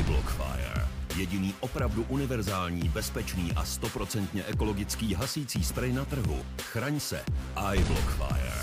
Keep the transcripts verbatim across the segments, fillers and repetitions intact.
iBlockFire. Jediný opravdu univerzální, bezpečný a stoprocentně ekologický hasící sprej na trhu. Chraň se. iBlockFire.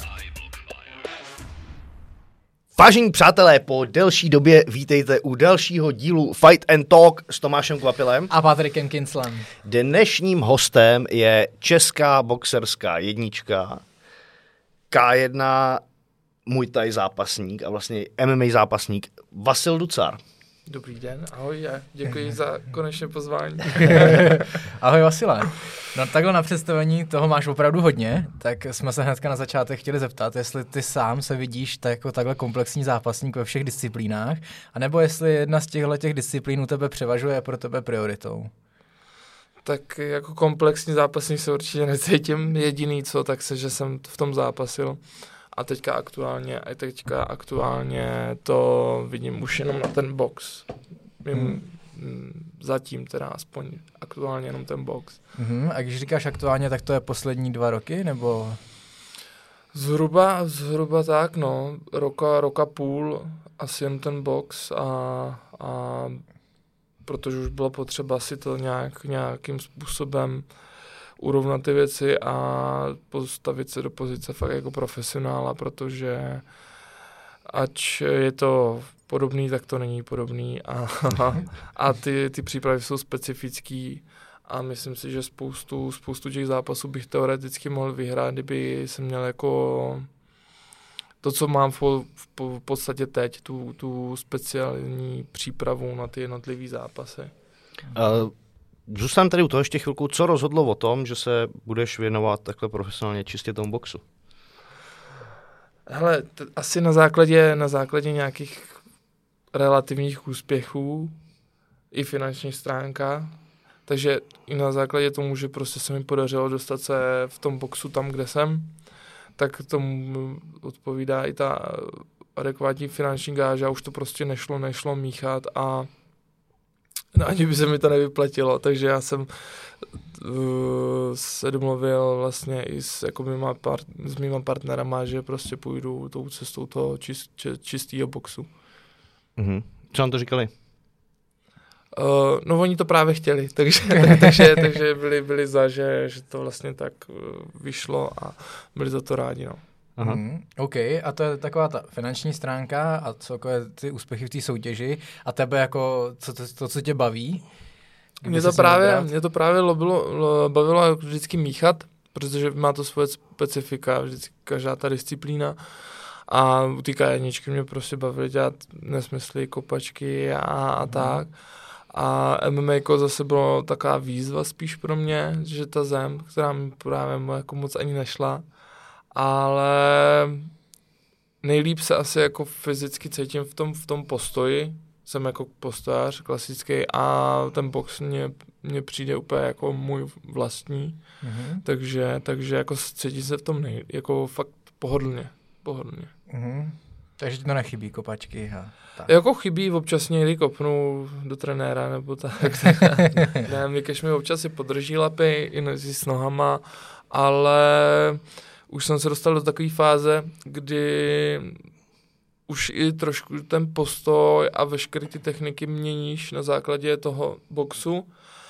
Vážení přátelé, po delší době vítejte u dalšího dílu Fight and Talk s Tomášem Kvapilem a Patrikem Kinslem. Dnešním hostem je česká boxerská jednička, K jedna Muay Thai zápasník a vlastně M M A zápasník Vasil Ducar. Dobrý den, ahoj a děkuji za konečné pozvání. Ahoj Vasile. No takhle na představení toho máš opravdu hodně, tak jsme se hnedka na začátek chtěli zeptat, jestli ty sám se vidíš tak jako takhle komplexní zápasník ve všech disciplínách, anebo jestli jedna z těchto těch disciplín u tebe převažuje a pro tebe prioritou. Tak jako komplexní zápasník se určitě necítím, jediný co, tak se, že jsem v tom zápasil. A teďka aktuálně, a teďka aktuálně to vidím už jenom na ten box. Vím, hmm. Zatím teda aspoň aktuálně jenom ten box. Hmm. A když říkáš aktuálně, tak to je poslední dva roky, nebo? Zhruba, zhruba tak, no. Roka, roka půl asi jen ten box a, a protože už bylo potřeba si to nějak, nějakým způsobem urovnat ty věci a postavit se do pozice fakt jako profesionála, protože ač je to podobný, tak to není podobný a, a ty, ty přípravy jsou specifický a myslím si, že spoustu, spoustu těch zápasů bych teoreticky mohl vyhrát, kdyby jsem měl jako to, co mám v, v, v podstatě teď, tu, tu speciální přípravu na ty jednotlivý zápasy. Uh. Zůstanu tady u toho ještě chvilku. Co rozhodlo o tom, že se budeš věnovat takhle profesionálně čistě tomu boxu? Hele, t- asi na základě, na základě nějakých relativních úspěchů i finanční stránka, takže i na základě tomu, že prostě se mi podařilo dostat se v tom boxu tam, kde jsem, tak tomu odpovídá i ta adekvátní finanční gáže a už to prostě nešlo, nešlo míchat a no, ani by se mi to nevyplatilo, takže já jsem uh, se domluvil vlastně i s, jako mýma part, s mýma partnerama, že prostě půjdu tou cestou toho čist, čistého boxu. Mm-hmm. Co vám to říkali? Uh, no oni to právě chtěli, takže, takže, takže byli, byli za, že, že to vlastně tak uh, vyšlo a byli za to rádi, no. Aha. Mm, OK, a to je taková ta finanční stránka a celkové ty úspěchy v té soutěži a tebe jako, co to, to co tě baví? Mě to, právě, mě to právě bavilo, bavilo vždycky míchat, protože má to svoje specifika, vždycky každá ta disciplína a u té K jedna mě prostě bavily dělat nesmysly, kopačky a, a mm. tak. A M M A zase bylo taková výzva spíš pro mě, že ta zem, která mi právě jako moc ani nešla, ale nejlíp se asi jako fyzicky cítím v tom, v tom postoji. Jsem jako postojář klasický a ten box mě, mě přijde úplně jako můj vlastní. Mm-hmm. Takže, takže jako cítím se v tom nej, jako fakt pohodlně. pohodlně. Mm-hmm. Takže ti to nechybí, kopačky a tak. Jako chybí, občas někdy kopnu do trenéra nebo tak. Ne, Mikeš mi občas si podrží lapy i s nohama, ale už jsem se dostal do takové fáze, kdy už i trošku ten postoj a veškeré ty techniky měníš na základě toho boxu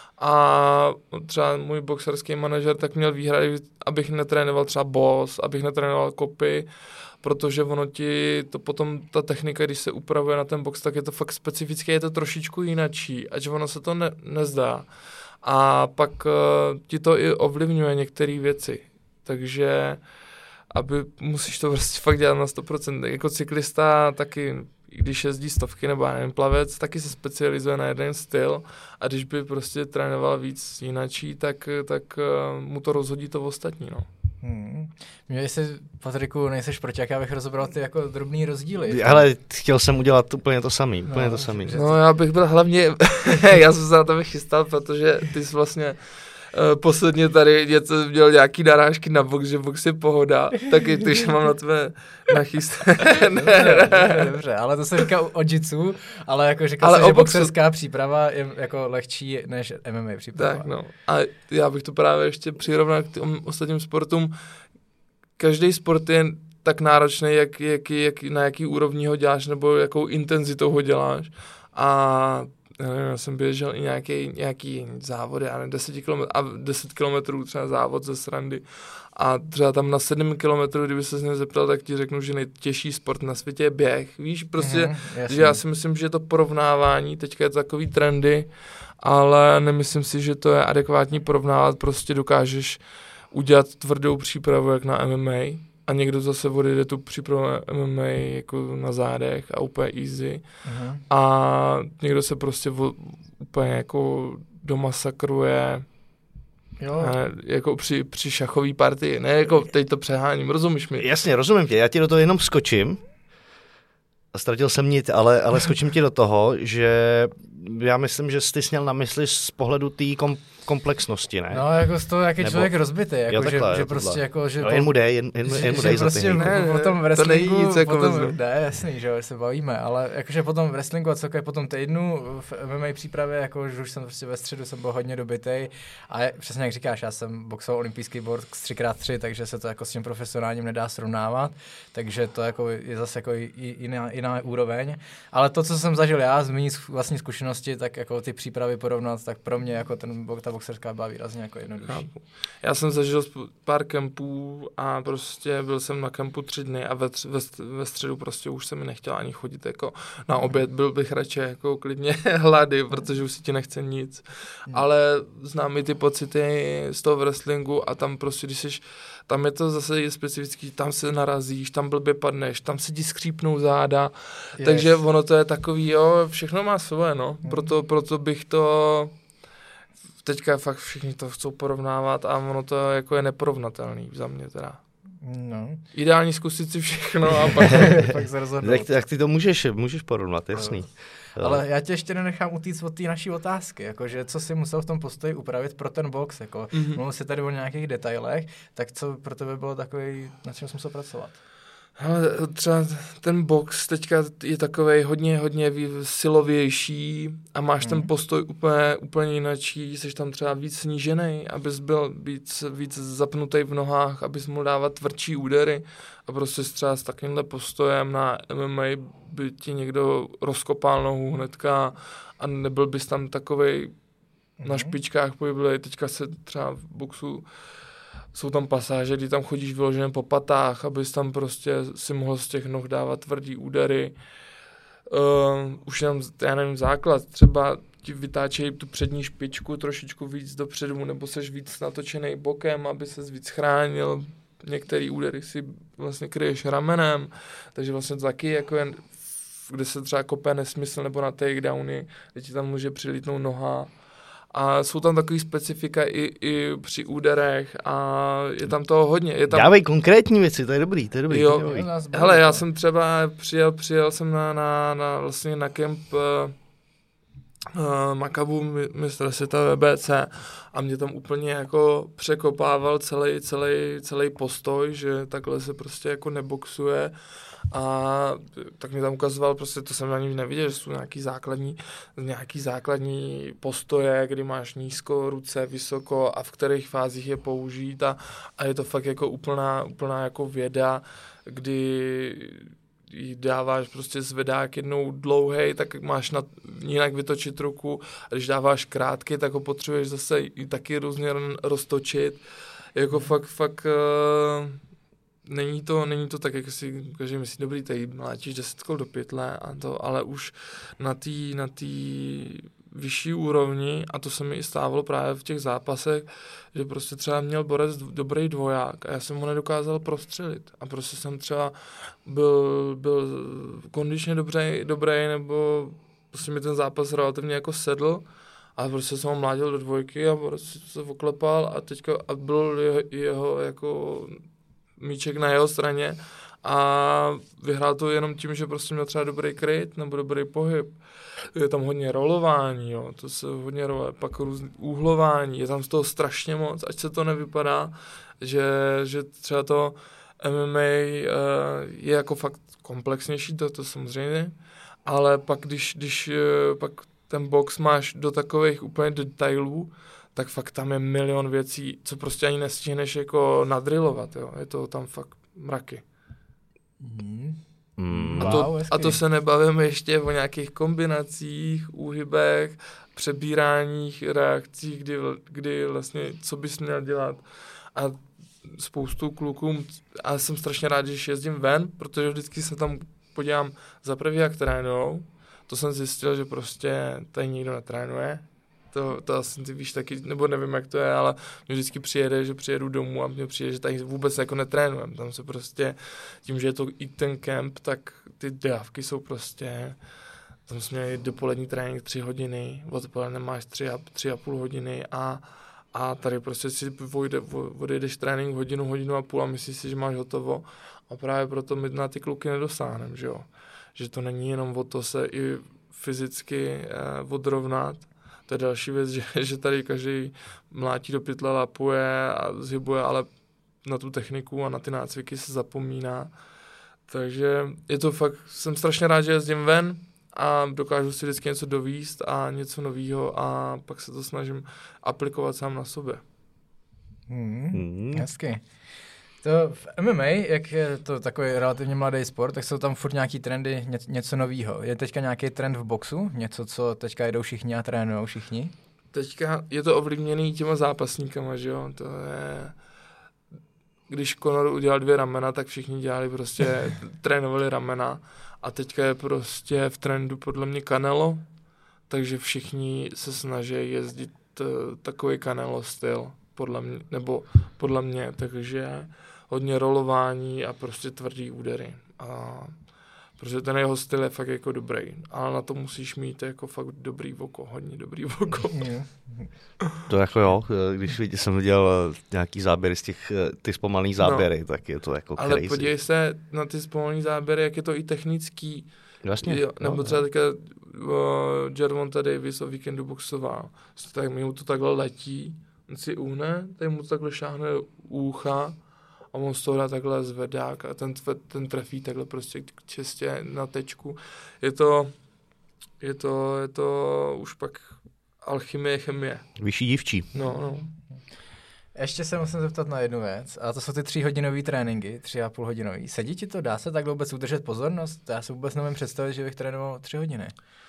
a třeba můj boxerský manažer tak měl výhrady, abych netrénoval třeba boss, abych netrénoval kopy, protože ono ti to potom, ta technika, když se upravuje na ten box, tak je to fakt specifické, je to trošičku jinačí, ať ono se to ne, nezdá. A pak uh, ti to i ovlivňuje některé věci. Takže aby musíš to prostě fakt dělat na sto procent. Jako cyklista taky, když jezdí stovky nebo já nevím, plavec, taky se specializuje na jeden styl a když by prostě trénoval víc jinačí, tak, tak uh, mu to rozhodí to ostatní, no. Hmm. Mě jestli, Patriku, nejseš proti, jak já bych rozebral ty jako drobný rozdíly. Ale chtěl jsem udělat úplně to samý, úplně no, to samý. No já bych byl hlavně, já jsem se na to chystal, protože ty jsi vlastně Uh, posledně tady něco měl nějaký narážky na box, že box je pohoda, taky když mám na tebe nachystat. dobře, dobře, dobře, ale to se říká o jitsu, ale jako říkal jsem, že boxerská příprava je jako lehčí než M M A příprava. Tak no, a já bych to právě ještě přirovnal k těm ostatním sportům. Každý sport je tak náročný, jak, jak, jak, na jaký úrovni ho děláš, nebo jakou intenzitou ho děláš. A já nevím, já jsem běžel i nějaký, nějaký závody, já nevím, deset kilometrů, a deset kilometrů třeba závod ze srandy. A třeba tam na sedm kilometrů, kdyby se z něj zeptal, tak ti řeknu, že nejtěžší sport na světě je běh. Víš, prostě, mm, že já si myslím, že to porovnávání, teďka je to takový trendy, ale nemyslím si, že to je adekvátní porovnávat, prostě dokážeš udělat tvrdou přípravu jak na M M A a někdo zase odjede tu přípravu na M M A jako na zádech a úplně easy mm. a někdo se prostě v, úplně jako domasakruje. Jo. Ne, jako při, při šachové partii, ne jako teď to přeháním, rozumíš mi? Jasně, rozumím tě, já ti do toho jenom skočím, a ztratil jsem nit, ale, ale skočím ti do toho, že já myslím, že jsi měl na mysli z pohledu té kom, komplexnosti, ne? No, jako z toho, jak je Nebo... člověk rozbitý, jako, jo, takhle, že, že prostě jako, že... No, jen mu dej, jen, jen, jen mu dej za prostě ty ne, ne, potom v wrestlingu, to není nic jako potom, ne, jasný, že jo, se bavíme, ale jakože potom v wrestlingu a celkově potom týdnu v M M A přípravě, jako, že už jsem prostě ve středu jsem byl hodně dobitej a je, přesně jak říkáš, já jsem boxoval olympijský box tři krát tři, takže se to jako s tím profesionálním nedá srovnávat, takže to jako je zase jako jiná, jiná úroveň, ale to, co jsem zažil já, z mý vlastní zkušenosti, tak jako ty přípravy porovnat, tak pro mě jako ten, ta boxerská byla výrazně jako jednodušší. Já jsem zažil pár kempů a prostě byl jsem na kempu tři dny a ve, ve, ve středu prostě už se mi nechtěl ani chodit jako na oběd, byl bych radši jako klidně hlady, protože už si ti nechce nic. Ale znám i ty pocity z toho wrestlingu a tam prostě, když jsi, tam je to zase specifický, tam se narazíš, tam blbě padneš, tam se ti skřípnou záda, yes. Takže ono to je takový, jo, všechno má svoje, no, proto, proto bych to teďka fakt všichni to chcou porovnávat a ono to jako je neporovnatelný za mě teda. No. Ideální zkusit si všechno a pak, pak se rozhodnout. Jak, jak ty to můžeš, můžeš porovnat, jasný. No. Ale já tě ještě nenechám utíct od té naší otázky, jakože co jsi musel v tom postoji upravit pro ten box, jako mm-hmm. mluvil jsi tady o nějakých detailech, tak co pro tebe bylo takový, na čem jsi musel pracovat? Hele, třeba ten box teďka je takovej hodně, hodně silovější a máš mm. ten postoj úplně, úplně jinačí, jsi tam třeba víc snížený, abys byl víc, víc zapnutý v nohách, abys mohl dávat tvrdší údery a prostě třeba s takovýmhle postojem na M M A by ti někdo rozkopal nohu hnedka a nebyl bys tam takovej mm. na špičkách pohyblivý. Teďka se třeba v boxu jsou tam pasáže, kdy tam chodíš vyloženě po patách, abys tam prostě si mohl z těch noh dávat tvrdý údery. Uh, už jenom, já nevím, základ, třeba ti vytáčejí tu přední špičku trošičku víc dopředu, nebo seš víc natočený bokem, aby ses víc chránil. Některé údery si vlastně kryješ ramenem, takže vlastně to taky jako jen, kde se třeba kope nesmysl, nebo na takedowny, kde ti tam může přilítnout noha. A jsou tam takový specifika i, i při úderech a je tam toho hodně. Je tam... Dávej konkrétní věci, to je dobrý, to je dobrý. Jo, to je dobrý. Hele, já jsem třeba přijel, přijel jsem na, na, na vlastně na kemp uh, uh, Makabu mistra světa V B C a mě tam úplně jako překopával celý, celý, celý postoj, že takhle se prostě jako neboxuje. A tak mi tam ukazoval, prostě to jsem ani neviděl, že jsou nějaký základní, nějaký základní postoje, kdy máš nízko, ruce, vysoko a v kterých fázích je použít a, a je to fakt jako úplná, úplná jako věda, kdy jí dáváš prostě zvedák jednou dlouhej, tak máš na, jinak vytočit ruku a když dáváš krátký, tak ho potřebuješ zase i taky různě roztočit. Jako fakt, fakt... Uh, Není to, není to tak, jak si každý myslí, dobrý, tady mlátíš deset kol do pytle, a to, ale už na té na vyšší úrovni, a to se mi i stávalo právě v těch zápasech, že prostě třeba měl borec dobrý dvoják a já jsem ho nedokázal prostřelit. A prostě jsem třeba byl, byl kondičně dobrý, dobrý, nebo prostě mi ten zápas relativně jako sedl, ale prostě jsem ho mládil do dvojky a prostě se oklepal a teďka a byl jeho, jeho jako míček na jeho straně a vyhrál to jenom tím, že prostě měl třeba dobrý kryt nebo dobrý pohyb. Je tam hodně rolování, jo, to se hodně roluje, pak různý úhlování, je tam z toho strašně moc, ať se to nevypadá, že, že třeba to M M A uh, je jako fakt komplexnější, to, to samozřejmě, ale pak když, když uh, pak ten box máš do takových úplně detailů, tak fakt tam je milion věcí, co prostě ani nestihneš jako nadrilovat, jo. Je to tam fakt mraky. Mm. Mm. A to, Wow, a to se nebavíme ještě o nějakých kombinacích, úhybech, přebíráních, reakcích, kdy, kdy vlastně, co bys měl dělat. A spoustu klukům, a jsem strašně rád, že jezdím ven, protože vždycky se tam podívám za prvý, jak trénujou. To jsem zjistil, že prostě tady nikdo netrénuje. To, to asi ty víš taky, nebo nevím, jak to je, ale mě vždycky přijede, že přijedu domů a mně přijde, že tady vůbec jako netrénujem. Tam se prostě, tím, že je to i ten kemp, tak ty dávky jsou prostě, tam jsme měli dopolední trénink tři hodiny, odpoledne máš tři a, tři a půl hodiny a, a tady prostě si vojde, odejdeš trénink hodinu, hodinu a půl a myslíš si, že máš hotovo a právě proto my na ty kluky nedosáhneme, že jo. Že to není jenom o to se i fyzicky eh, odrovnat. To je další věc, že, že tady každý mlátí do pytle, lapuje a zhybuje, ale na tu techniku a na ty nácviky se zapomíná. Takže je to fakt, jsem strašně rád, že jezdím ven a dokážu si vždycky něco dovíst a něco novýho a pak se to snažím aplikovat sám na sobě. Hmm, Hmm. hezky. To v M M A, jak je to takový relativně mladý sport, tak jsou tam furt nějaký trendy, ně, něco novýho. Je teďka nějaký trend v boxu? Něco, co teďka jedou všichni a trénujou všichni? Teďka je to ovlivněný těma zápasníkama, že jo, to je... Když Conor udělal dvě ramena, tak všichni dělali prostě, trénovali ramena a teďka je prostě v trendu podle mě Canelo, takže všichni se snaží jezdit uh, takový Canelo styl, podle mě, nebo podle mě, takže hodně rolování a prostě tvrdý údery. A protože ten jeho styl je fakt jako dobrý, ale na to musíš mít jako fakt dobrý oko, hodně dobrý oko. To jako jo, když jsem viděl nějaký záběry z těch, ty zpomalený záběry, no, tak je to jako ale crazy. Ale podívej se na ty zpomalený záběry, jak je to i technický. Vlastně. Jo, nebo no, třeba no. teďka uh, Gervonta Davis o víkendu boxoval. Tak mu to takhle letí, on si uhne, tady mu to takhle šáhne úcha a on z toho dá takhle zvedák a ten, ten trefí takhle prostě čistě na tečku. Je to, je to, je to už pak alchymie, chemie. Vyšší dívčí. No, no. Ještě se musím zeptat na jednu věc, a to jsou ty tříhodinový tréninky, tři a půl hodinový. Sedí ti to? Dá se takhle vůbec udržet pozornost? Já si vůbec nevím představit, že bych trénoval tři hodiny.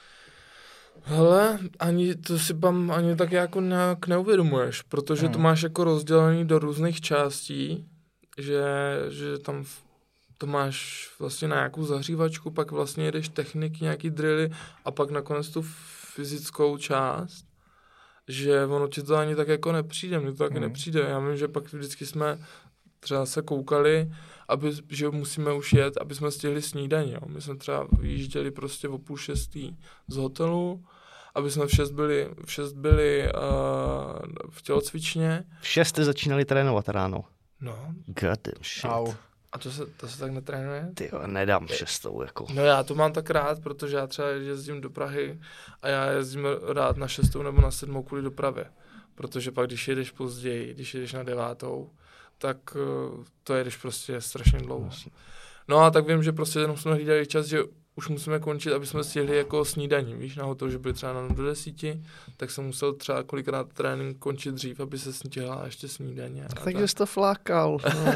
Hele, ani to si tam ani tak jako nějak neuvědomuješ, protože hmm. to máš jako rozdělený do různých částí, že, že tam to máš vlastně na nějakou zahřívačku, pak vlastně jedeš techniky, nějaký drily a pak nakonec tu fyzickou část, že ono ti to ani tak jako nepřijde, mně to taky hmm. nepřijde. Já vím, že pak vždycky jsme třeba se koukali, aby, že musíme už jet, aby jsme stihli snídaní. Jo. My jsme třeba vyjížděli prostě o půl šestý z hotelu, aby jsme v šest byli, v, šest byli uh, v tělocvičně. V šest jste začínali trénovat ráno. No. God damn shit. Au. A to se, to se tak netrénuje? Ty jo, nedám šestou, jako. No já to mám tak rád, protože já třeba jezdím do Prahy a já jezdím rád na šestou nebo na sedmou kvůli dopravě. Protože pak, když jedeš později, když jedeš na devátou, tak uh, to jedeš prostě strašně dlouho. No a tak vím, že prostě jenom jsme hlídali čas, že už musíme končit, aby jsme stihli jako snídaní, víš, na hotel, že byli třeba na do desíti, tak jsem musel třeba kolikrát trénink končit dřív, aby se stihla ještě snídaně. Takže jsi to flákal. No,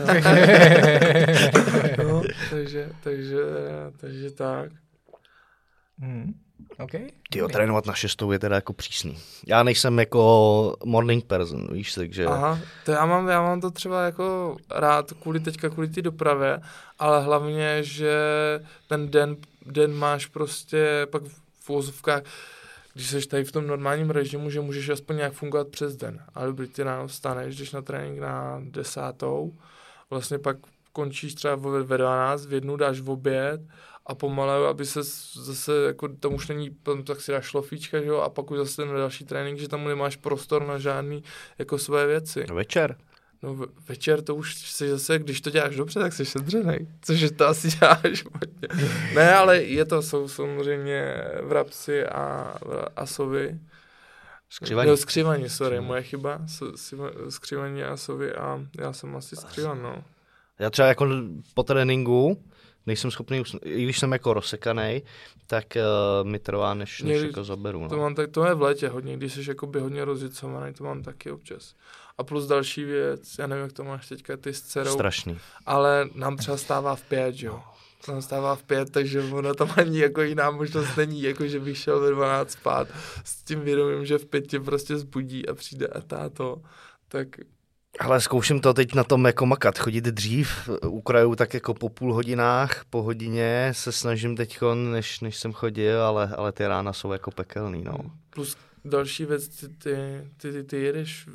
no, takže, takže, takže tak. Hmm. Okay. Tyjo, trénovat na šestou je teda jako přísný. Já nejsem jako morning person, víš, takže... Aha, to já mám, já mám to třeba jako rád kvůli teďka, kvůli té dopravě, ale hlavně, že ten den, den máš prostě pak v uvozovkách, když seš tady v tom normálním režimu, že můžeš aspoň nějak fungovat přes den. Ale dobrý, ty ráno vstaneš, jdeš na trénink na desátou, vlastně pak končíš třeba ve dvanáct, v jednu dáš v oběd a pomalu, aby se zase, jako tam už není, tak si dáš šlofíčka, že jo, a pak už zase na další trénink, že tam nemáš prostor na žádný jako své věci. Večer. No ve- večer to už si zase, když to děláš dobře, tak jsi sedřenej, což to asi děláš špatně. Ne, ale je to, jsou samozřejmě vrabci a, a sovy. Skřivaní. Jo, skřivaní, sorry, moje chyba, skřivaní a sovy a já jsem asi skřivan, no. Já třeba jako po tréninku nejsem schopný, i když jsem jako rozsekanej, tak uh, mi trvá, než, než Někdy, jako zaberu. No. To, mám tak, to je v létě hodně, když jsi jakoby hodně rozjicovaný, to mám taky občas. A plus další věc, já nevím, jak to máš teďka ty s dcerou, Strašný. ale nám třeba stává v pět, jo. tam stává v pět, takže ona tam ani jako jiná možnost není, jako že bych šel ve dvanáct spát s tím vědomím, že v pět tě prostě zbudí a přijde a táto, tak... Ale zkouším to teď na tom jako makat, chodit dřív, u krajů tak jako po půl hodinách, po hodině se snažím teďkon, než, než jsem chodil, ale, ale ty rána jsou jako pekelný, no. Plus další věc, ty, ty, ty, ty, ty jedeš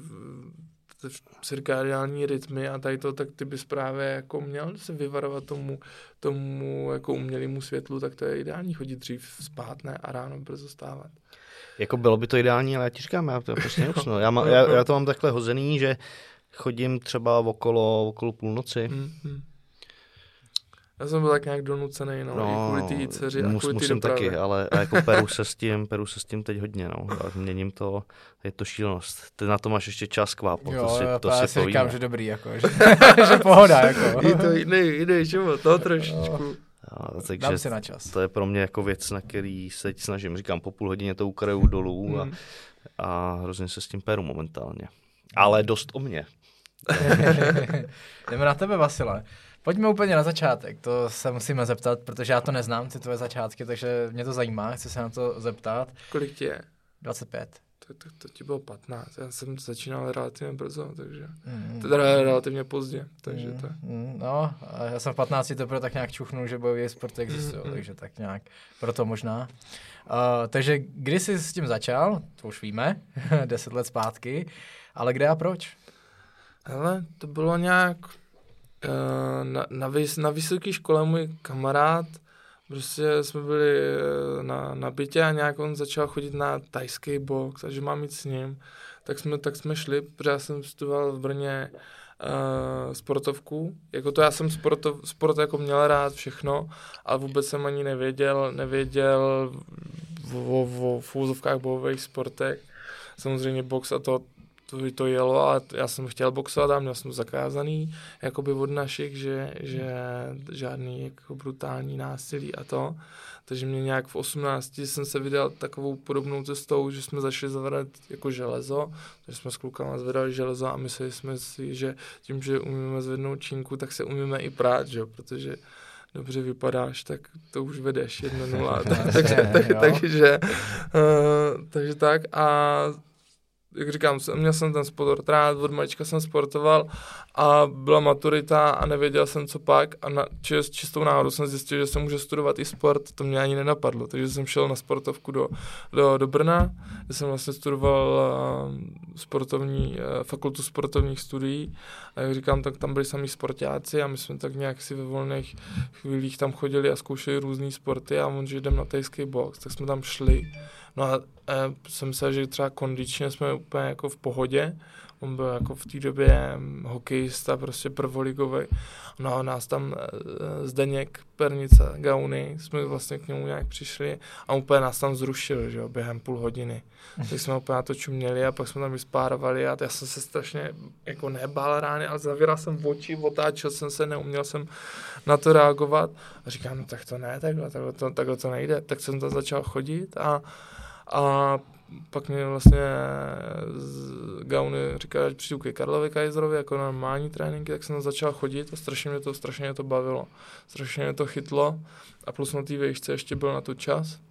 cirkadiální rytmy a tady to, tak ty bys právě jako měl se vyvarovat tomu, tomu jako umělému světlu, tak to je ideální chodit dřív spát, ne, a ráno brzo stávat. Jako bylo by to ideální, ale já ti říkám, já to prostě neusnu. Já, má, já, já to mám takhle hozený, že chodím třeba okolo, okolo půlnoci. Hmm, hmm. Já jsem byl tak nějak donucený, no, no i kvůli té dceři a mus, kvůli té musím dopravě. taky, ale jako peru se s tím, peru se s tím teď hodně, no. Měním to, je to šílenost. Ty na to máš ještě čas, Kvápo, jo, to si, jo, to já si si říkám, povíme. že dobrý, jako, že, že pohoda, jako. Je to jiný, jiný život, to trošičku. Jo, takže dám si na čas. To je pro mě jako věc, na který se teď snažím. Říkám, po půl hodině to ukraju dolů Hmm. a, a hrozně se s tím peru momentálně. Ale dost o mě. Jdeme na tebe, Vasile. Pojďme úplně na začátek, to se musíme zeptat, protože já to neznám, ty tvoje začátky, takže mě to zajímá, chci se na to zeptat. Kolik ti je? dvacet pět. To, to, to ti bylo patnáct, já jsem začínal relativně brzo, takže, Mm. teda relativně pozdě, takže Mm, to. mm, no, a já jsem v patnácti teprve tak nějak čuchnul, že bojové sporty existují, Mm, mm. takže tak nějak, proto možná. Uh, takže kdy jsi s tím začal, to už víme, deset let zpátky, ale kde a proč? Hele, to bylo nějak, uh, na, na, vys, na vysoké škole můj kamarád, prostě jsme byli uh, na, na bytě a nějak on začal chodit na thajský box, takže mám jít s ním, tak jsme, tak jsme šli, protože já jsem studoval v Brně uh, sportovku, jako to já jsem sportov, sport jako měl rád všechno, ale vůbec jsem ani nevěděl, nevěděl o, o, v úzovkách bojových sportech, samozřejmě box a to, to, to jelo a já jsem chtěl boxovat a měl jsem to zakázaný, jakoby od našich, že, že žádný jako brutální násilí a to. Takže mě nějak v osmnácti jsem se vydal takovou podobnou cestou, že jsme začali zvedat jako železo, takže jsme s klukama zvedali železo a mysleli jsme si, že tím, že umíme zvednout činku, tak se umíme i prát, že? Protože dobře vypadáš, tak to už vedeš jedna nula. takže, tak, takže, uh, takže tak a jak říkám, měl jsem ten sport rád, od malička jsem sportoval a byla maturita a nevěděl jsem, co pak a na, či, čistou náhodou jsem zjistil, že se může studovat i sport, to mě ani nenapadlo, takže jsem šel na sportovku do, do, do Brna, kde jsem vlastně studoval uh, sportovní, uh, fakultu sportovních studií a jak říkám, tak tam byli samý sportáci a my jsme tak nějak si ve volných chvílích tam chodili a zkoušeli různý sporty a on, že jdem na thajský box, tak jsme tam šli. No a e, jsem myslel, že třeba kondičně jsme úplně jako v pohodě. On byl jako v té době hokejista, prostě prvoligový. No a nás tam e, Zdeněk Pernica Gauny, jsme vlastně k němu nějak přišli a úplně nás tam zrušil, že jo, během půl hodiny. Tak jsme úplně na to čuměli a pak jsme tam vyspárovali a já jsem se strašně jako nebál rány, ale zavíral jsem oči, otáčel jsem se, neuměl jsem na to reagovat a říkám, no tak to ne, takhle, takhle, to, takhle to nejde. Tak jsem tam začal chodit a A pak mě vlastně z Gauny říkal, že přijdu ke Karlovi Kaiserovi jako normální tréninky, tak jsem začal chodit a strašně mě to, strašně mě to bavilo. Strašně mě to chytlo a plus na té výšce ještě byl na to čas.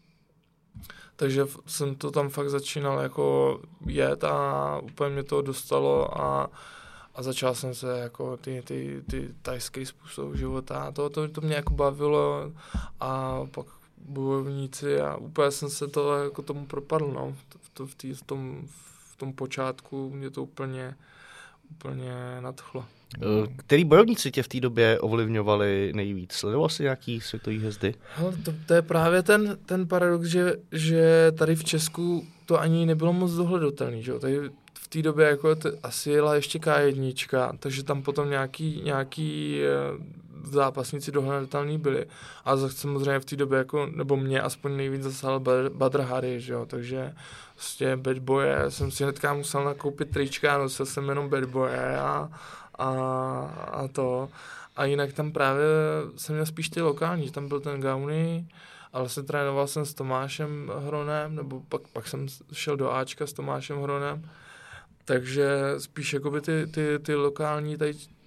Takže jsem to tam fakt začínal jako jet a úplně mě to dostalo a, a začal jsem se jako ty, ty, ty tajský způsob života a to, to, to mě jako bavilo a pak bojovníci a úplně jsem se to jako tomu propadl, no. V, to, v, tý, v, tom, v tom počátku mě to úplně, úplně nadchlo. Který bojovníci tě v té době ovlivňovali nejvíc? Sledoval jsi nějaký světový hvězdy? Hele, to, to je právě ten, ten paradox, že, že tady v Česku to ani nebylo moc dohledatelný, že jo. Tady v té době jako t- asi jela ještě ká jedna, takže tam potom nějaký, nějaký zápasníci dohledatelný byli. A samozřejmě v té době, jako, nebo mě aspoň nejvíc zasáhl Badr Hari, že jo, takže vlastně Bad Boye, jsem si hnedka musel nakoupit trička, nosil jsem jenom Bad Boye a, a, a to. A jinak tam právě jsem měl spíš ty lokální, že tam byl ten Gauny, a vlastně trénoval jsem s Tomášem Hronem, nebo pak, pak jsem šel do Ačka s Tomášem Hronem, takže spíš jakoby ty, ty, ty lokální tady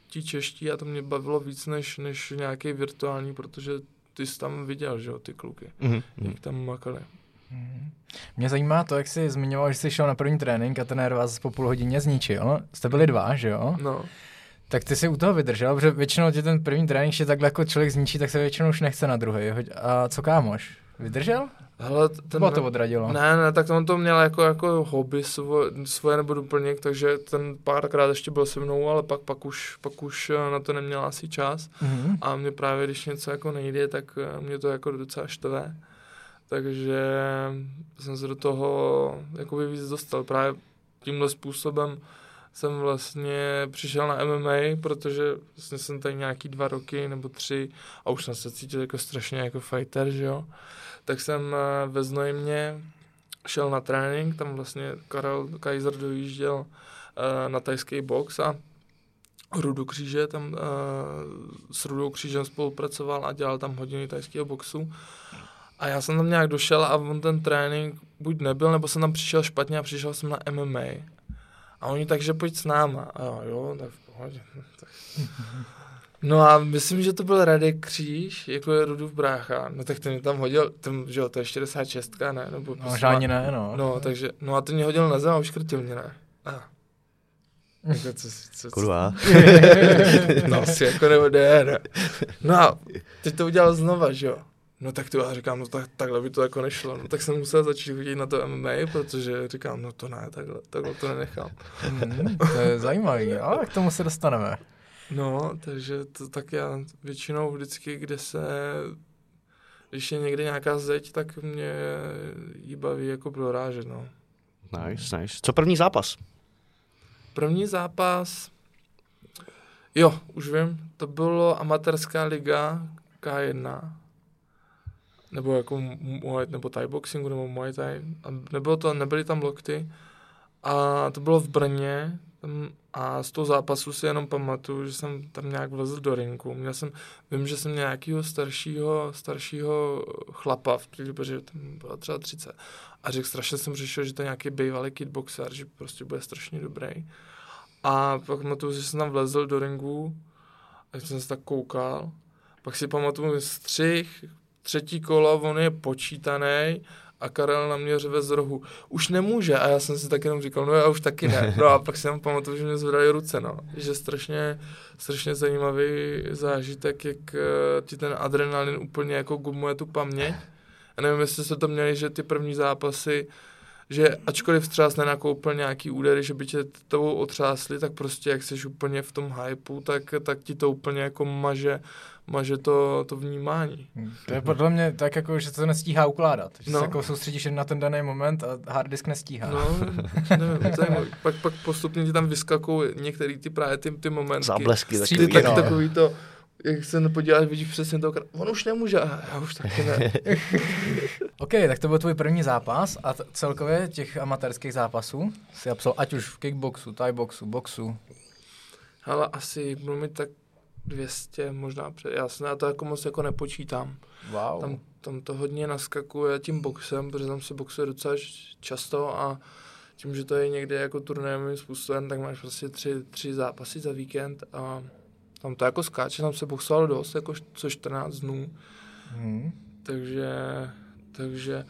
ti čeští a to mě bavilo víc než, než nějaký virtuální, protože ty jsi tam viděl, že jo, ty kluky, mm-hmm. jak tam makali. Mě zajímá to, jak jsi zmiňoval, že jsi šel na první trénink a trenér vás po půl hodině zničil. Jste byli dva, že jo? No. Tak ty jsi u toho vydržel, protože většinou tě ten první trénink, že takhle jako člověk zničí, tak se většinou už nechce na druhý. A co kámoš? Vydržel? Hele, ten, Bylo to odradilo? Ne, ne, tak on to měl jako, jako hobby svoje, svoje nebo doplněk, takže ten párkrát ještě byl se mnou, ale pak, pak, už, pak už na to neměl asi čas. Mm-hmm. A mě právě, když něco jako nejde, tak mě to jako docela štve. Takže jsem se do toho jakoby víc dostal. Právě tímhle způsobem jsem vlastně přišel na M M A, protože vlastně jsem tady nějaký dva roky nebo tři a už jsem se cítil jako strašně jako fighter, že jo. Tak jsem ve Znojmě šel na trénink, tam vlastně Karel Kaiser dojížděl uh, na tajský box a Rudu Kříže, tam uh, s Rudou Křížem spolupracoval a dělal tam hodiny tajského boxu. A já jsem tam nějak došel a on ten trénink buď nebyl, nebo jsem tam přišel špatně a přišel jsem na M M A. A oni takže pojď s náma. A jo, jo, tak v pohodě. Tak. No a myslím, že to byl Radek Kříž, jako je Rudův brácha. No tak ten mě tam hodil, ten, že jo, to je šedesát šest, ne? Nebo no, žádně ne, no. No, takže, no a ten mě hodil na zem a uškrtil mě, ne? A. Jako co, co, Kurva. No si jako nebude, ne. No a teď to udělal znova, že jo. No tak to já říkám, no tak, takhle by to jako nešlo. No tak jsem musel začít chodit na to M M A, protože říkám, no to ne, takhle, takhle to nenechám. Mm, to je zajímavý, ale k tomu se dostaneme. No, takže to tak já většinou vždycky, kde se, když je někde nějaká zeď, tak mě jí baví jako prorážet, no. Nice, nice. Co první zápas? První zápas, jo, už vím, to bylo amatérská liga K jedna. Nebo jako Muay, nebo Thai boxingu, nebo Muay Thai. A nebylo to, nebyly tam lokty. A to bylo v Brně. Tam, a z toho zápasu si jenom pamatuju, že jsem tam nějak vlezl do rinku. Měl jsem, vím, že jsem nějakého staršího, staršího chlapa v té době, že tam byla třeba třicet. A řekl, strašně jsem řešil, že to je nějaký bývalý kickboxer, že prostě bude strašně dobrý. A pak pamatuju, že jsem tam vlezl do ringu a jsem se tak koukal. Pak si pamatuju střih, třetí kolo, on je počítaný a Karel na mě řve z rohu. Už nemůže. A já jsem si tak jenom říkal, no já už taky ne. No a pak jsem pamatuju, že mě zvedaly ruce, no. Že strašně, strašně zajímavý zážitek, jak uh, ti ten adrenalin úplně jako gumuje tu paměť. A nevím, jestli jste to měli, že ty první zápasy, že ačkoliv třeba jsi nenakoupil nějaký údery, že by tě tebou otřásli, tak prostě jak jsi úplně v tom hypeu, tak, tak ti to úplně jako maže, maže to, to vnímání. To je podle mě tak jako, že to nestíhá ukládat. Že no. se jako soustředíš jen na ten daný moment a hard disk nestíhá. No, nevím, zajímavý. Pak, pak postupně ti tam vyskakují některý ty právě ty, ty momenty. Záblesky. Střílky, tak, no. Takový to, jak se nepodíváš, vidíš přesně toho, on už nemůže, a já už taky ne. OK, tak to byl tvůj první zápas a t- celkově těch amatérských zápasů si absolvoval, ať už v kickboxu, thai boxu, boxu. Ale asi bylo mi tak dvě stě, možná před, já se na to jako moc jako nepočítám. Wow. Tam, tam to hodně naskakuje tím boxem, protože tam se boxuje docela často a tím, že to je někde jako turnajovým způsobem, tak máš prostě tři, tři zápasy za víkend a tam to jako skáče, tam se boxovalo dost, jako co čtrnáct dnů. Hmm. Takže, takže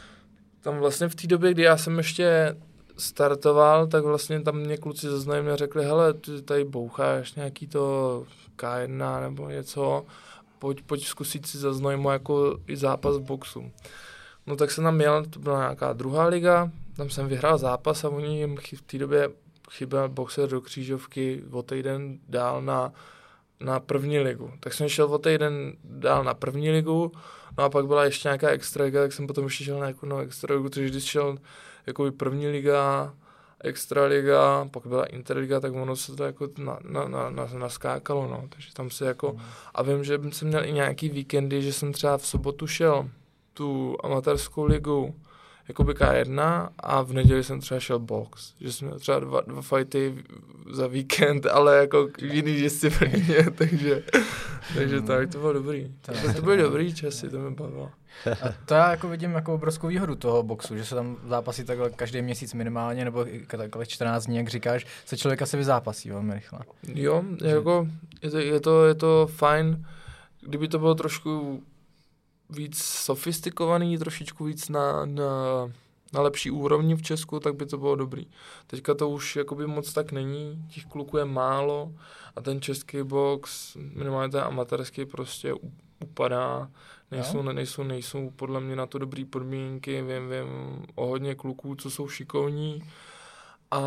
tam vlastně v té době, kdy já jsem ještě startoval, tak vlastně tam mě kluci ze Znojmě řekli, hele, ty tady boucháš nějaký to K jedna nebo něco, pojď, pojď zkusit si za Znojmo jako i zápas v boxu. No tak jsem tam jel, to byla nějaká druhá liga, tam jsem vyhrál zápas a oni jim v té době chyběl boxer do křížovky o týden dál na, na první ligu. Tak jsem šel o týden dál na první ligu, no a pak byla ještě nějaká extraliga, tak jsem potom ještě šel na nějakou no, extraligu, takže když šel jako první liga, extraliga, pak byla interliga, tak ono se to jako na, na, na, na, naskákalo, no, takže tam se jako, mm. a vím, že jsem měl i nějaký víkendy, že jsem třeba v sobotu šel tu amatérskou ligu jakoby ká jedna a v neděli jsem třeba šel box, že jsme třeba dva, dva fighty za víkend, ale jako v jiný disciplíně, takže, takže tak, to bylo dobrý. To, to byly dobrý časy, to mě bavilo. A to já jako vidím jako obrovskou výhodu toho boxu, že se tam zápasí takhle každý měsíc minimálně, nebo takhle čtrnáct dní, jak říkáš, se člověka se vyzápasí velmi rychle. Jo, jako je to, je to, je to fajn, kdyby to bylo trošku víc sofistikovaný, trošičku víc na, na, na lepší úrovni v Česku, tak by to bylo dobrý. Teďka to už jakoby moc tak není, těch kluků je málo a ten český box, minimálně ten amatérský, prostě upadá. Nejsou, no. nejsou, nejsou podle mě na to dobrý podmínky, vím, vím o hodně kluků, co jsou šikovní, a,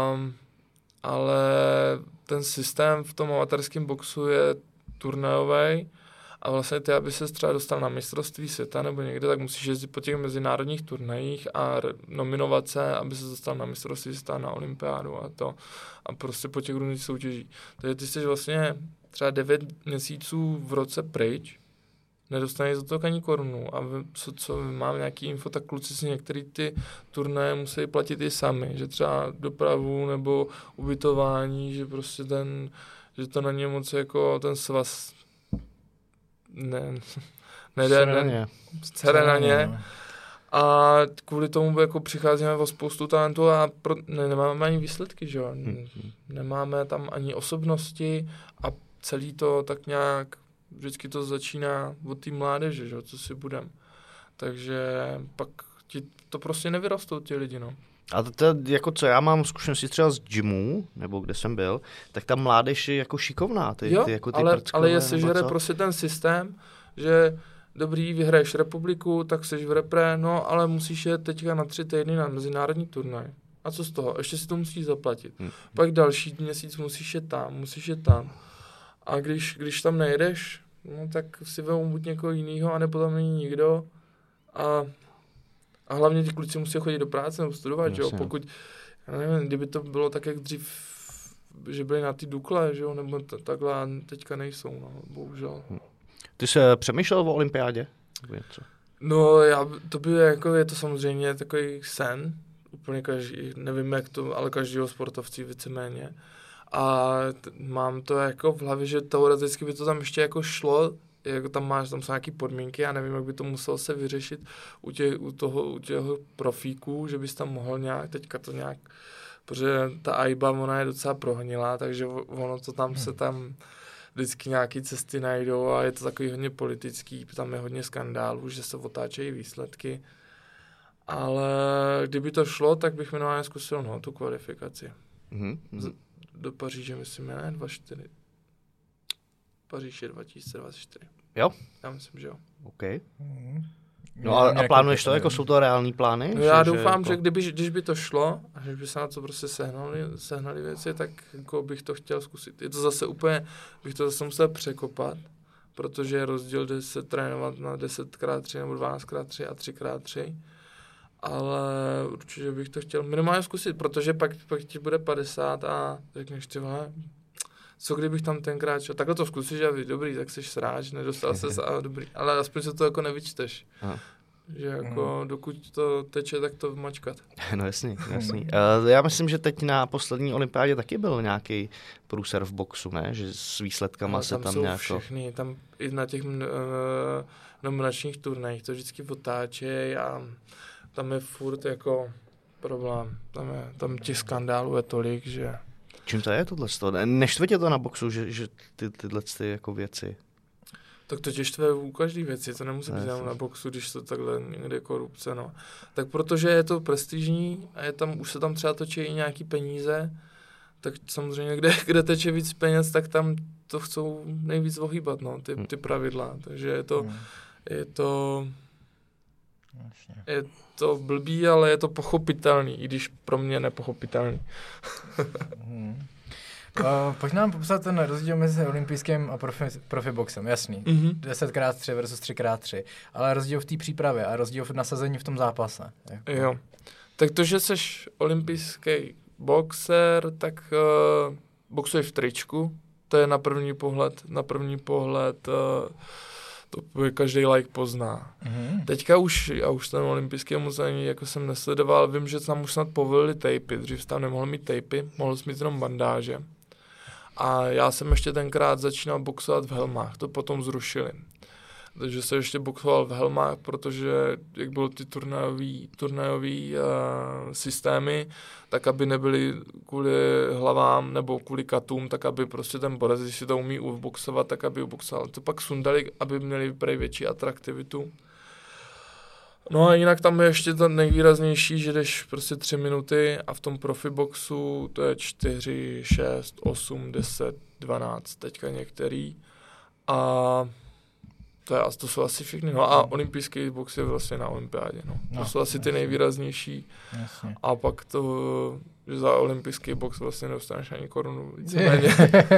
ale ten systém v tom amatérském boxu je turnajový a vlastně ty, aby se třeba dostal na mistrovství světa nebo někde, tak musíš jezdit po těch mezinárodních turnajích a nominovat se, aby se dostal na mistrovství světa, na olympiádu a to a prostě po těch různých soutěží. Takže ty jsi vlastně třeba devět měsíců v roce pryč, nedostaneš za to ani korunu a co, co mám nějaký info, tak kluci si některé ty turnaje musí platit i sami, že třeba dopravu nebo ubytování, že prostě ten, že to na ně moc jako ten svaz ne, nejde, ne, cere na ně. A kvůli tomu jako přicházíme o spoustu talentů a pro, ne, nemáme ani výsledky, že jo. Nemáme tam ani osobnosti a celý to tak nějak vždycky to začíná od té mládeže, že? Co si budem. Takže pak ti to prostě nevyrostou ti lidi, no. A to, to jako co já mám zkušenosti třeba z gymu, nebo kde jsem byl, tak ta mládež je jako šikovná. Ty, jo, ty, jako ty ale, prckové, ale jestli žere prostě ten systém, že dobrý, vyhraješ republiku, tak jsi v repre, no ale musíš je teďka na tři týdny na mezinárodní turnaj. A co z toho? Ještě si to musíš zaplatit. Hmm. Pak další měsíc musíš je tam, musíš je tam. A když, když tam nejedeš, no, tak si vemu buď někoho jiného, anebo tam není nikdo. A, a hlavně ti kluci musí chodit do práce nebo studovat, že jo? Pokud, já nevím, kdyby to bylo tak, jak dřív, že byli na ty Dukle, že jo? Nebo t- takhle teďka nejsou, no, bohužel. Ty jsi přemýšlel o olympiádě? Co? No, já, to by jako, je to samozřejmě takový sen, úplně každý, nevím jak to, ale každýho sportovci víceméně. A t- mám to jako v hlavě, že teoreticky by to tam ještě jako šlo, jako tam máš, tam jsou nějaký podmínky, já nevím, jak by to muselo se vyřešit u, těch, u toho, u těch profíků, že bys tam mohl nějak, teďka to nějak, protože ta á í bé á, ona je docela prohnilá, takže ono to tam hmm. se tam vždycky nějaký cesty najdou a je to takový hodně politický, tam je hodně skandálů, že se otáčejí výsledky, ale kdyby to šlo, tak bych minimálně zkusil no, tu kvalifikaci. Hmm. Z- do Paříže, myslím, ne, dvacet čtyři. Paříž je dva tisíce dvacet čtyři. Jo? Já myslím, že jo. OK. Mm. No a, a plánuješ to, jako jsou to reální plány? No já že, doufám, že, že jako... kdyby, když by to šlo a že by se na to prostě sehnali, sehnali věci, tak jako bych to chtěl zkusit. Je to zase úplně, bych to zase musel překopat, protože je rozdíl, že se trénovat na deset krát tři nebo dvanáct krát tři a tři krát tři. Ale určitě bych to chtěl minimálně zkusit, protože pak, pak ti bude padesát a řekneš ty vole, co kdybych tam tenkrát šel, takhle to zkusíš a dobrý, tak jsi sráč, nedostal ses a dobrý, ale aspoň se to jako nevyčteš. Aha. Že jako mm. dokud to teče, tak to mačkat. No jasný, jasný. Uh, já myslím, že teď na poslední olympiádě taky byl nějaký průser v boxu, ne? Že s výsledkama ale se tam, tam jsou nějako... všechny, tam i na těch uh, nominačních turnajích to vždycky otáčejí a tam je furt jako problém. Tam, je, tam těch skandálů je tolik, že... Čím to je tohle? Neštve tě to na boxu, že, že ty, tyhle ty jako věci? Tak to tě štve u každý věci, to nemusí být jenom na boxu, když to takhle někde korupce, no. Tak protože je to prestižní a je tam, už se tam třeba točí i nějaký peníze, tak samozřejmě, kde, kde teče víc peněz, tak tam to chcou nejvíc ohýbat, no, ty, ty pravidla. Takže je to, je to... Je to blbý, ale je to pochopitelný, i když pro mě nepochopitelný. hmm. uh, pojď nám popsat ten rozdíl mezi olympijským a profi, profiboxem, jasný. Mm-hmm. deset krát tři versus tři krát tři. Ale rozdíl v té přípravě a rozdíl v nasazení v tom zápase. Jako. Jo. Tak to, že seš olympijský boxer, tak uh, boxuješ v tričku. To je na první pohled, na první pohled uh, To každý like pozná. Mm-hmm. Teďka už, já už ten olympijský moc ani jako jsem nesledoval, vím, že tam už snad povolili tejpy, dřív tam nemohl mít tejpy, mohl jsi mít jenom bandáže. A já jsem ještě tenkrát začínal boxovat v helmách, to potom zrušili. Takže jsem ještě boxoval v helmách, protože jak byly ty turnajový, turnajový uh, systémy, tak aby nebyly kvůli hlavám nebo kvůli katům, tak aby prostě ten borec, když si to umí uboxovat, tak aby uboxoval. To pak sundali, aby měli prej větší atraktivitu. No a jinak tam je ještě to nejvýraznější, že jdeš prostě tři minuty a v tom profiboxu to je čtyři, šest, osm, deset, dvanáct, teďka některý. A to, je, to jsou asi všechny. No a olympijský box je vlastně na olympiádě. No. To no, jsou asi jasně. Ty nejvýraznější. Jasně. A pak to, že za olympijský box vlastně nedostaneš ani korunu. Víceméně.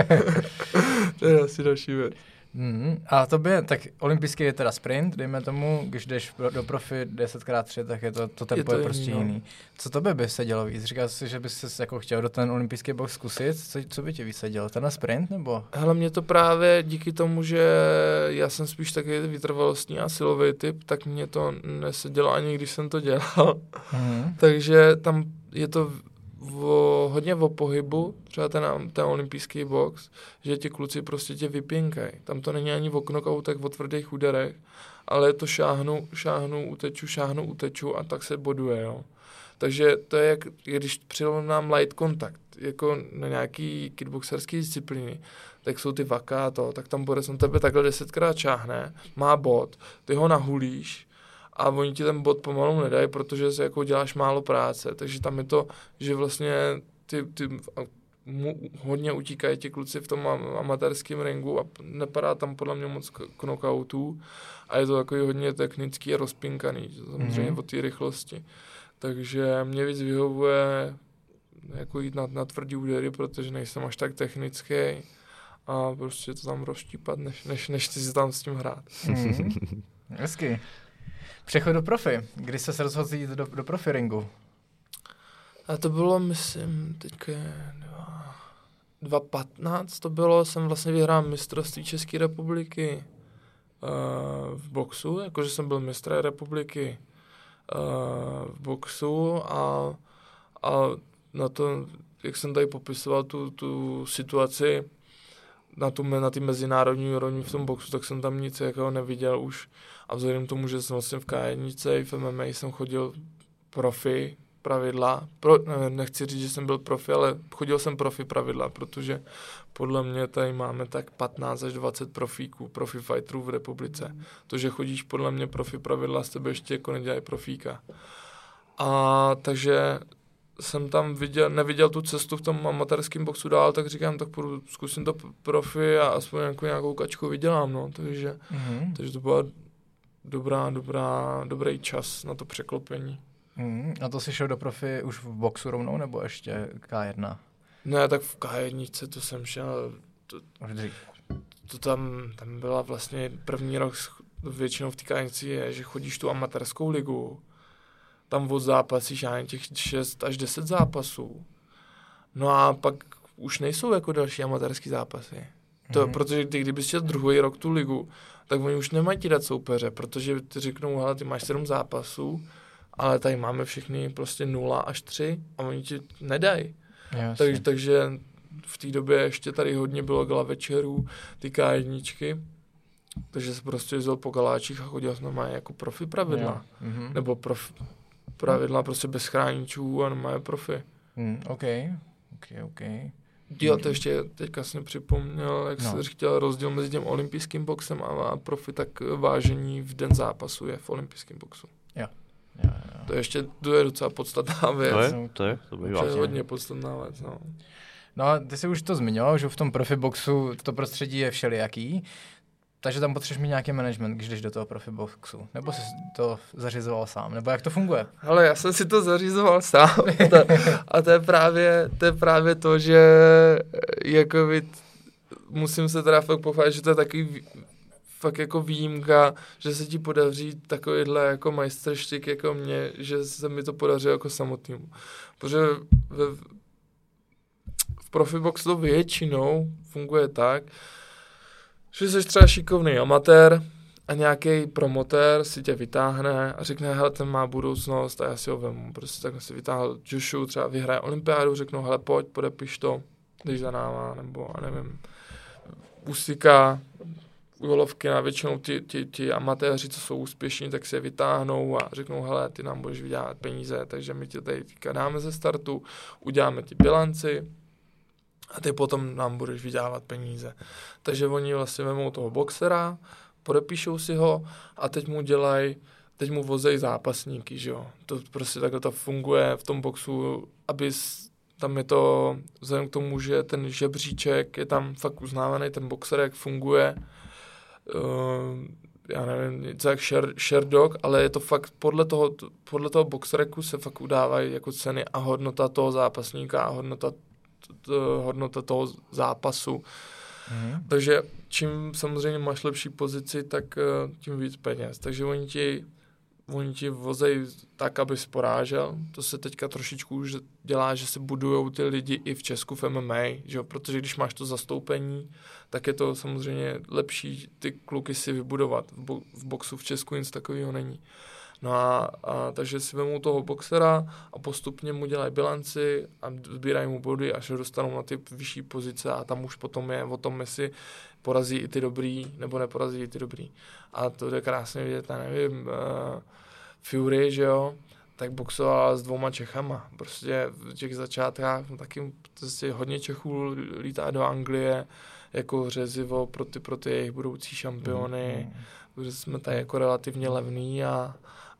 To je asi další věc. Mm, a to by, tak olympijský je teda sprint, dejme tomu, když jdeš do profi deset krát tři, tak je to, to tempo je, to je prostě jiný. jiný. Co to by by se dělo víc? Říkal jsi, že bys se jako chtěl do ten olympijský box zkusit, co, co by tě víc se dělo? Ten sprint nebo? Hele, mě to právě díky tomu, že já jsem spíš takový vytrvalostní a silový typ, tak mě to nesedělo ani když jsem to dělal. Mm. Takže tam je to O, hodně o pohybu, třeba ten, ten olympijský box, že ti kluci prostě tě vypěnkají. Tam to není ani o knockoutech, o tvrdých úderech, ale je to šáhnu, šáhnu, uteču, šáhnu, uteču a tak se boduje, jo. Takže to je, jak když přirovnám light kontakt, jako na nějaký kickboxerský disciplíny, tak jsou ty vaka a to, tak tam borec na tebe takhle desetkrát šáhne, má bod, ty ho nahulíš, a oni ti ten bod pomalu nedají, protože se jako děláš málo práce. Takže tam je to, že vlastně ty, ty mu, hodně utíkají ti kluci v tom amatérském ringu a nepadá tam podle mě moc knockoutů a je to takový hodně technický a rozpinkaný, samozřejmě mm-hmm. o té rychlosti. Takže mě víc vyhovuje jako jít na, na tvrdý údery, protože nejsem až tak technický a prostě to tam rozštípat, než, než, než ty si tam s tím hrát. Mm-hmm. Hezky. Přechod do profi. Kdy jsi se rozhodl jít do, do profi ringu? A to bylo, myslím, teďka dva patnáct to bylo, jsem vlastně vyhrál mistrovství České republiky uh, v boxu, jakože jsem byl mistr republiky uh, v boxu a, a na to, jak jsem tady popisoval tu, tu situaci na tu na ty mezinárodní úrovni v tom boxu, tak jsem tam nic jako neviděl už. A vzhledem k tomu, že jsem vlastně v ká jedna i v em em á jsem chodil profi pravidla. Pro, ne, nechci říct, že jsem byl profi, ale chodil jsem profi pravidla, protože podle mě tady máme tak patnáct až dvacet profíků, profi fighterů v republice. To, že chodíš podle mě profi pravidla, z tebe ještě jako nedělají profíka. A takže jsem tam viděl, neviděl tu cestu v tom amatérském boxu dál, tak říkám, tak půjdu, zkusím to profi a aspoň nějakou, nějakou kačku vydělám, no, takže, mm-hmm. takže to byla dobrá, dobrá, dobrý čas na to překlopení. Mm, a to jsi šel do profi už v boxu rovnou, nebo ještě ká jedna? Ne, tak v ká jedna to jsem šel, to, to tam, tam byla vlastně první rok, většinou v té ká jedna je, že chodíš tu amatérskou ligu, tam od zápasíš já těch šest až deset zápasů. No a pak už nejsou jako další amatérský zápasy. To, mm-hmm. Protože ty, kdybys šel druhý rok tu ligu, tak oni už nemají ti dát soupeře, protože ti řeknou, hele, ty máš sedm zápasů, ale tady máme všechny prostě nula až tři a oni ti nedají. Tak, takže v té době ještě tady hodně bylo gala večerů, ty ká jedničky, takže se prostě jezdil po galáčích a chodil jsem normálně jako profi pravidla. Mm-hmm. Nebo profi pravidla prostě bez chráničů a normálně profi. Mm, OK, OK, OK. Jo, to ještě teďka jsem připomněl, jak no. jsi chtěl rozdíl mezi tím olympijským boxem a profi, tak vážení v den zápasu je v olympijském boxu. Jo. Jo, jo. To ještě to je docela podstatná věc. To je, to je, to by to je hodně podstatná věc, no. No a ty jsi už to zmiňoval, že v tom profi boxu to prostředí je všelijaký, takže tam potřebuješ mít nějaký management, když jdeš do toho profi boxu. Nebo jsi to zařizoval sám? Nebo jak to funguje? Hele, já jsem si to zařizoval sám. A to je právě to, je právě to že jako vid, musím se teda fakt pochválit, že to je takový fakt jako výjimka, že se ti podaří takovýhle jako majstrštyk jako mě, že se mi to podařilo jako samotnému. Protože ve, v profiboxu to většinou funguje tak, že jsi třeba šikovný amatér a nějaký promotér si tě vytáhne a řekne, hele, ten má budoucnost a já si ho vemu. Prostě takhle si vytáhl Joshu, třeba vyhraje olympiádu, řeknou, hele, pojď, podepiš to, jdeš za náma, nebo, já nevím, Usika, Golovkina, většinou ti, ti, ti amatéři, co jsou úspěšní, tak si je vytáhnou a řeknou, hele, ty nám budeš vydělat peníze, takže my ti tady dáme ze startu, uděláme ti bilanci a ty potom nám budeš vydělávat peníze. Takže oni vlastně vemou toho boxera, podepíšou si ho a teď mu dělají, teď mu vozejí zápasníky, že jo. To prostě takhle to funguje v tom boxu, aby tam je to, vzhledem k tomu, že ten žebříček je tam fakt uznávaný, ten boxer, jak funguje, uh, já nevím, něco jak share, share dog, ale je to fakt podle toho, podle toho boxreku se fakt udávají jako ceny a hodnota toho zápasníka a hodnota, to, hodnota toho zápasu. Hmm. Takže čím samozřejmě máš lepší pozici, tak uh, tím víc peněz. Takže oni ti, oni ti vozejí tak, aby jsi porážel. To se teďka trošičku už dělá, že se budujou ty lidi i v Česku v M M A, že jo? Protože když máš to zastoupení, tak je to samozřejmě lepší ty kluky si vybudovat. V, bo- v boxu v Česku nic takového není. No a, a takže si vemou toho boxera a postupně mu dělají bilanci a sbírají mu body, až ho dostanou na ty vyšší pozice a tam už potom je o tom, jestli porazí i ty dobrý, nebo neporazí i ty dobrý. A to je krásně vidět, já nevím, uh, Fury, že jo, tak boxoval s dvouma Čechama. Prostě v těch začátkách no, taky prostě hodně Čechů lítá do Anglie jako řezivo pro ty, pro ty jejich budoucí šampiony, mm. protože jsme tady jako relativně levný a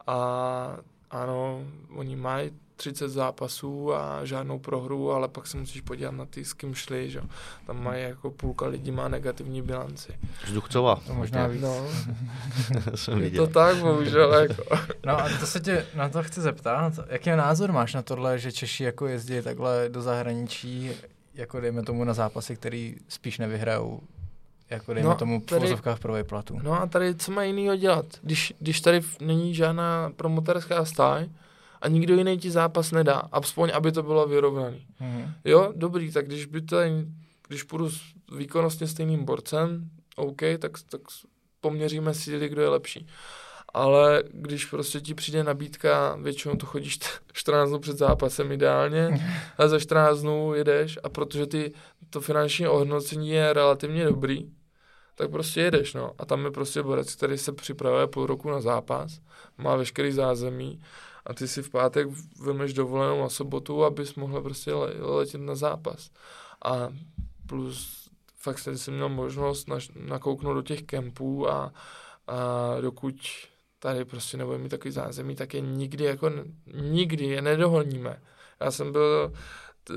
A ano, oni mají třicet zápasů a žádnou prohru, ale pak se musíš podívat na ty, s kým šli, že? Tam mají jako půlka lidí má negativní bilanci. Vzduchcová. To možná víc. No. Jsem je viděl. to tak, bohužel. Jako. No a to se tě na to chci zeptat. Jaký názor máš na tohle, že Češi jako jezdí takhle do zahraničí, jako dejme tomu na zápasy, který spíš nevyhrajou, jako dejme no, tomu v vozovkách pro výplatu. No a tady co má jinýho dělat? Když, když tady není žádná promotérská stáj a nikdo jiný ti zápas nedá, aspoň aby to bylo vyrovnaný. Mm. Jo, dobrý, tak když by to, když půjdu s výkonnostně stejným borcem, OK, tak, tak poměříme si, kdo je lepší. Ale když prostě ti přijde nabídka, většinou to chodíš čtrnáct dnů před zápasem ideálně a za čtrnáct dnů jedeš a protože ty, to finanční ohodnocení je relativně dobrý, tak prostě jedeš, no. A tam je prostě borec, který se připravuje půl roku na zápas, má veškerý zázemí a ty si v pátek vemeš dovolenou na sobotu, abys mohl prostě le- letět na zápas. A plus fakt jsem měl možnost naš- nakouknout do těch kempů a, a dokud tady prostě nebude mít takový zázemí, tak je nikdy jako, nikdy je nedohoníme. Já jsem byl t,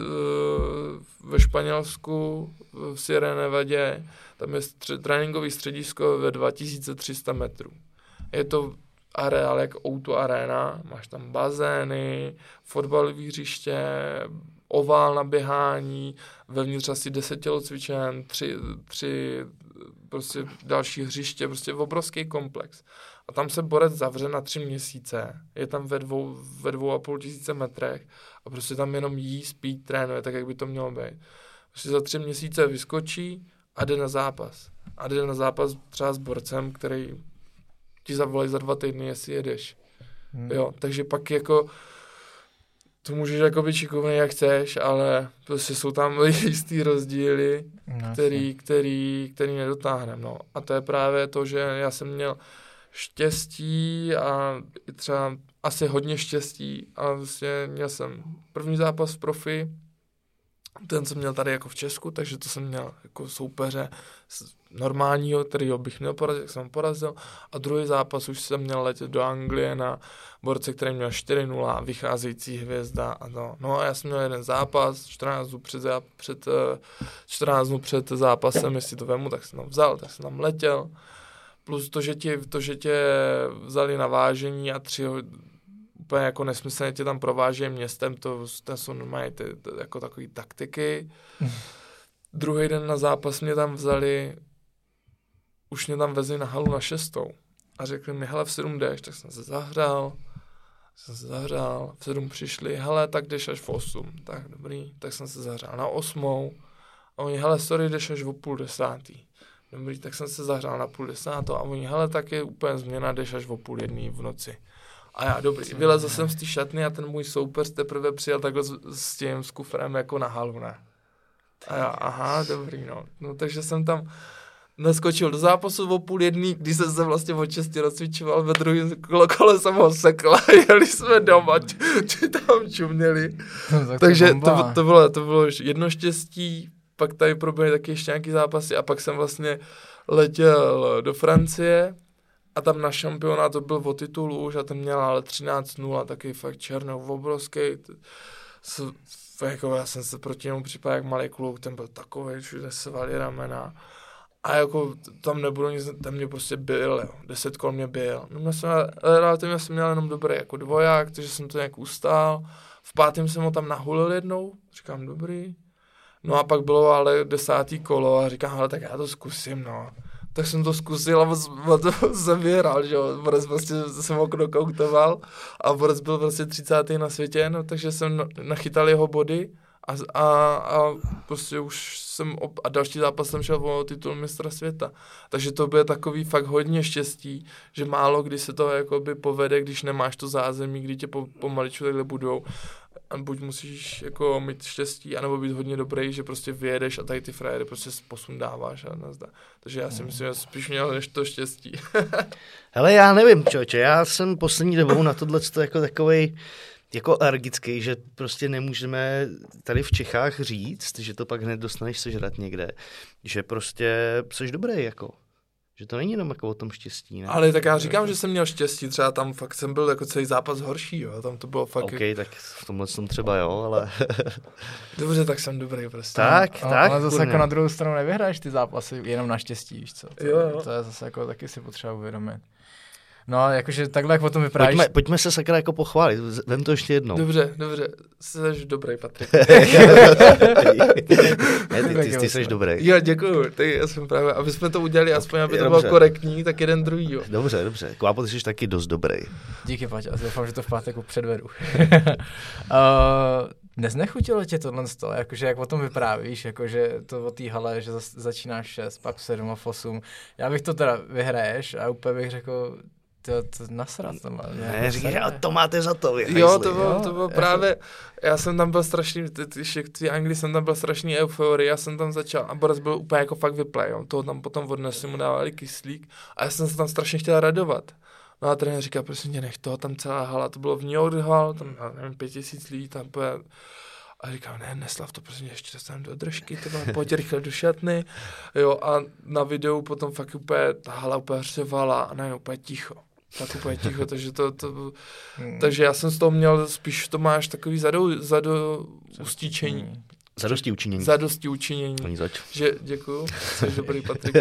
ve Španělsku v Sierra Nevadě, tam je střed, tréninkový středisko ve dva tisíce tři sta metrů. Je to areál jak ó dva Arena, máš tam bazény, fotbalové hřiště, ovál na běhání, vevnitř asi deset tělocvičen, tři, tři prostě další hřiště, prostě obrovský komplex. A tam se borec zavře na tři měsíce, je tam ve dvou, ve dvou a půl tisíce metrech a prostě tam jenom jí, spí, trénuje, tak jak by to mělo být. Prostě za tři měsíce vyskočí a jde na zápas. A jde na zápas třeba s borcem, který ti zavolají za dva týdny, jestli jedeš. Hmm. Jo, takže pak jako to můžeš jako být šikovný, jak chceš, ale prostě jsou tam jistý rozdíly, no, který, který, který nedotáhneme. No. A to je právě to, že já jsem měl štěstí a třeba asi hodně štěstí a vlastně měl jsem první zápas v profi, ten jsem měl tady jako v Česku, takže to jsem měl jako soupeře normálního, kterýho bych měl porazit, jak jsem porazil. A druhý zápas už jsem měl letět do Anglie na borce, který měl čtyři nula, vycházející hvězda. A no. no a já jsem měl jeden zápas, čtrnáct dnů před, před, čtrnáct dnů před zápasem, jestli to vemu, tak jsem tam vzal, tak jsem tam letěl. Plus to, že tě, to, že tě vzali na vážení a tři úplně jako nesmyslně tě tam provážejí městem, to, to jsou normálně ty, to, jako takový taktiky. Druhý den na zápas mě tam vzali, už mě tam vezli na halu na šestou a řekli mi, hele, v sedm jdeš, tak jsem se zahřál, jsem se zahřál, v sedm přišli, hele, tak jdeš až v osm, tak dobrý, tak jsem se zahřál na osmou a oni, hele, sorry, jdeš až v půl desátý. dobrý, tak jsem se zahrál na půl desátou a oni, hele, tak je úplně změna, jdeš až o půl jedný v noci. A já, dobrý, vylezl jsem z té šatny a ten můj soupeř teprve přijel takhle s, s tím, s kufrem jako na halu, ne? A já, aha, dobrý, no. No, takže jsem tam naskočil do zápasu o půl jedný, když jsem se vlastně od šesti rozcvičoval, ve druhém kole, kole jsem ho sekl a jeli jsme doma, ti tam čuměli. No, tak takže to, to, bylo, to bylo jedno štěstí, pak tady proběhly taky ještě nějaký zápasy a pak jsem vlastně letěl do Francie a tam na šampionát to byl o titulu už a ten měl ale třináct nula, taky fakt černou, obrovský. S, jako já jsem se proti němu připadal jak malý kluk, ten byl takovej, všude svaly ramena. A jako tam nebudu nic, tam mě prostě byl, jo. Deset kol mě byl. No, já jsem, relativně jsem měl jenom dobrý jako dvoják, takže jsem to nějak ustál. V pátém jsem ho tam nahulil jednou, říkám dobrý. No a pak bylo ale desátý kolo a říkám, hele, tak já to zkusím, no. Tak jsem to zkusil a to jsem vyhrál, že jo. Borec prostě jsem ho knockoutoval a Borec byl prostě třicátý na světě, no takže jsem nachytal jeho body. A, a, a prostě už jsem, op- a další zápas jsem šel o titul mistra světa. Takže to bude takový fakt hodně štěstí, že málo kdy se to jakoby povede, když nemáš to zázemí, kdy tě po, pomaličku takhle budou. A buď musíš jako mít štěstí, anebo být hodně dobrý, že prostě vyjedeš a tady ty frajery prostě posun dáváš a nazdá. Takže já si myslím, že spíš měl než to štěstí. Hele, já nevím, člověče, já jsem poslední dobou na tohleto jako takovej jako alergický, že prostě nemůžeme tady v Čechách říct, že to pak hned dostaneš sežrat někde, že prostě jsi dobrý, jako. Že to není jenom jako o tom štěstí, ne? Ale tak já říkám, že jsem měl štěstí, třeba tam fakt jsem byl jako celý zápas horší, jo, tam to bylo fakt... OK, tak v tomhle jsem třeba jo, ale... Dobře, tak jsem dobrý prostě. Tak, no, tak. Ale zase jako na druhou stranu nevyhraješ ty zápasy jenom na štěstí, víš co? To, jo, jo. to je zase jako taky si potřeba uvědomit. No, jakože takhle, jak o tom vyprávíš... Pojďme, pojďme se sakra jako pochválit, vem to ještě jednou. Dobře, dobře, jsi dobrý, Patrik. ne, ty, ty, ty jsi dobrý. Jo, děkuju, ty, já jsem právě, aby jsme to udělali, aspoň aby to bylo korektní, tak jeden druhý, jo. Dobře, dobře, Kvápo, ty jsi taky dost dobrý. Díky, Paťa, já doufám, že to v pátek předvedu. uh, Neznechutilo tě tohle z toho, jakože jak o tom vyprávíš, jakože to o té hale, že zas, začínáš šest, pak sedm a osm. Já bych to teda vyhraješ a úplně bych řekl, to, to nasrat tohle. Ne, říkáš, ale to máte za to, vy. Jo, to bylo, to bylo právě, já jsem tam byl strašný, ještě v té Anglii jsem tam byl strašný euforii, já jsem tam začal a Borec byl úplně jako fakt vyplej, jo. Toho tam potom odnesli, mu dávali kyslík a já jsem se tam strašně chtěl radovat. No a trenér říká, prosím tě, nech to, tam celá hala, to bylo v New York hall, tam nevím, pět tisíc lidí, tam bude... A říkám, ne, neslav to, prostě ještě dostaneme do držky, to bylo, pojď rychle do šatny, jo, a na videu potom fakt úplně, ta hala úplně hřevala a ne, úplně ticho. Tak úplně ticho, takže to, to hmm. takže já jsem z toho měl, spíš to máš takový zado, zado ustíčení. Zadosti učinění. Zadosti učinění. Ani zač. Že, děkuju, jsi dobrý, Patrik.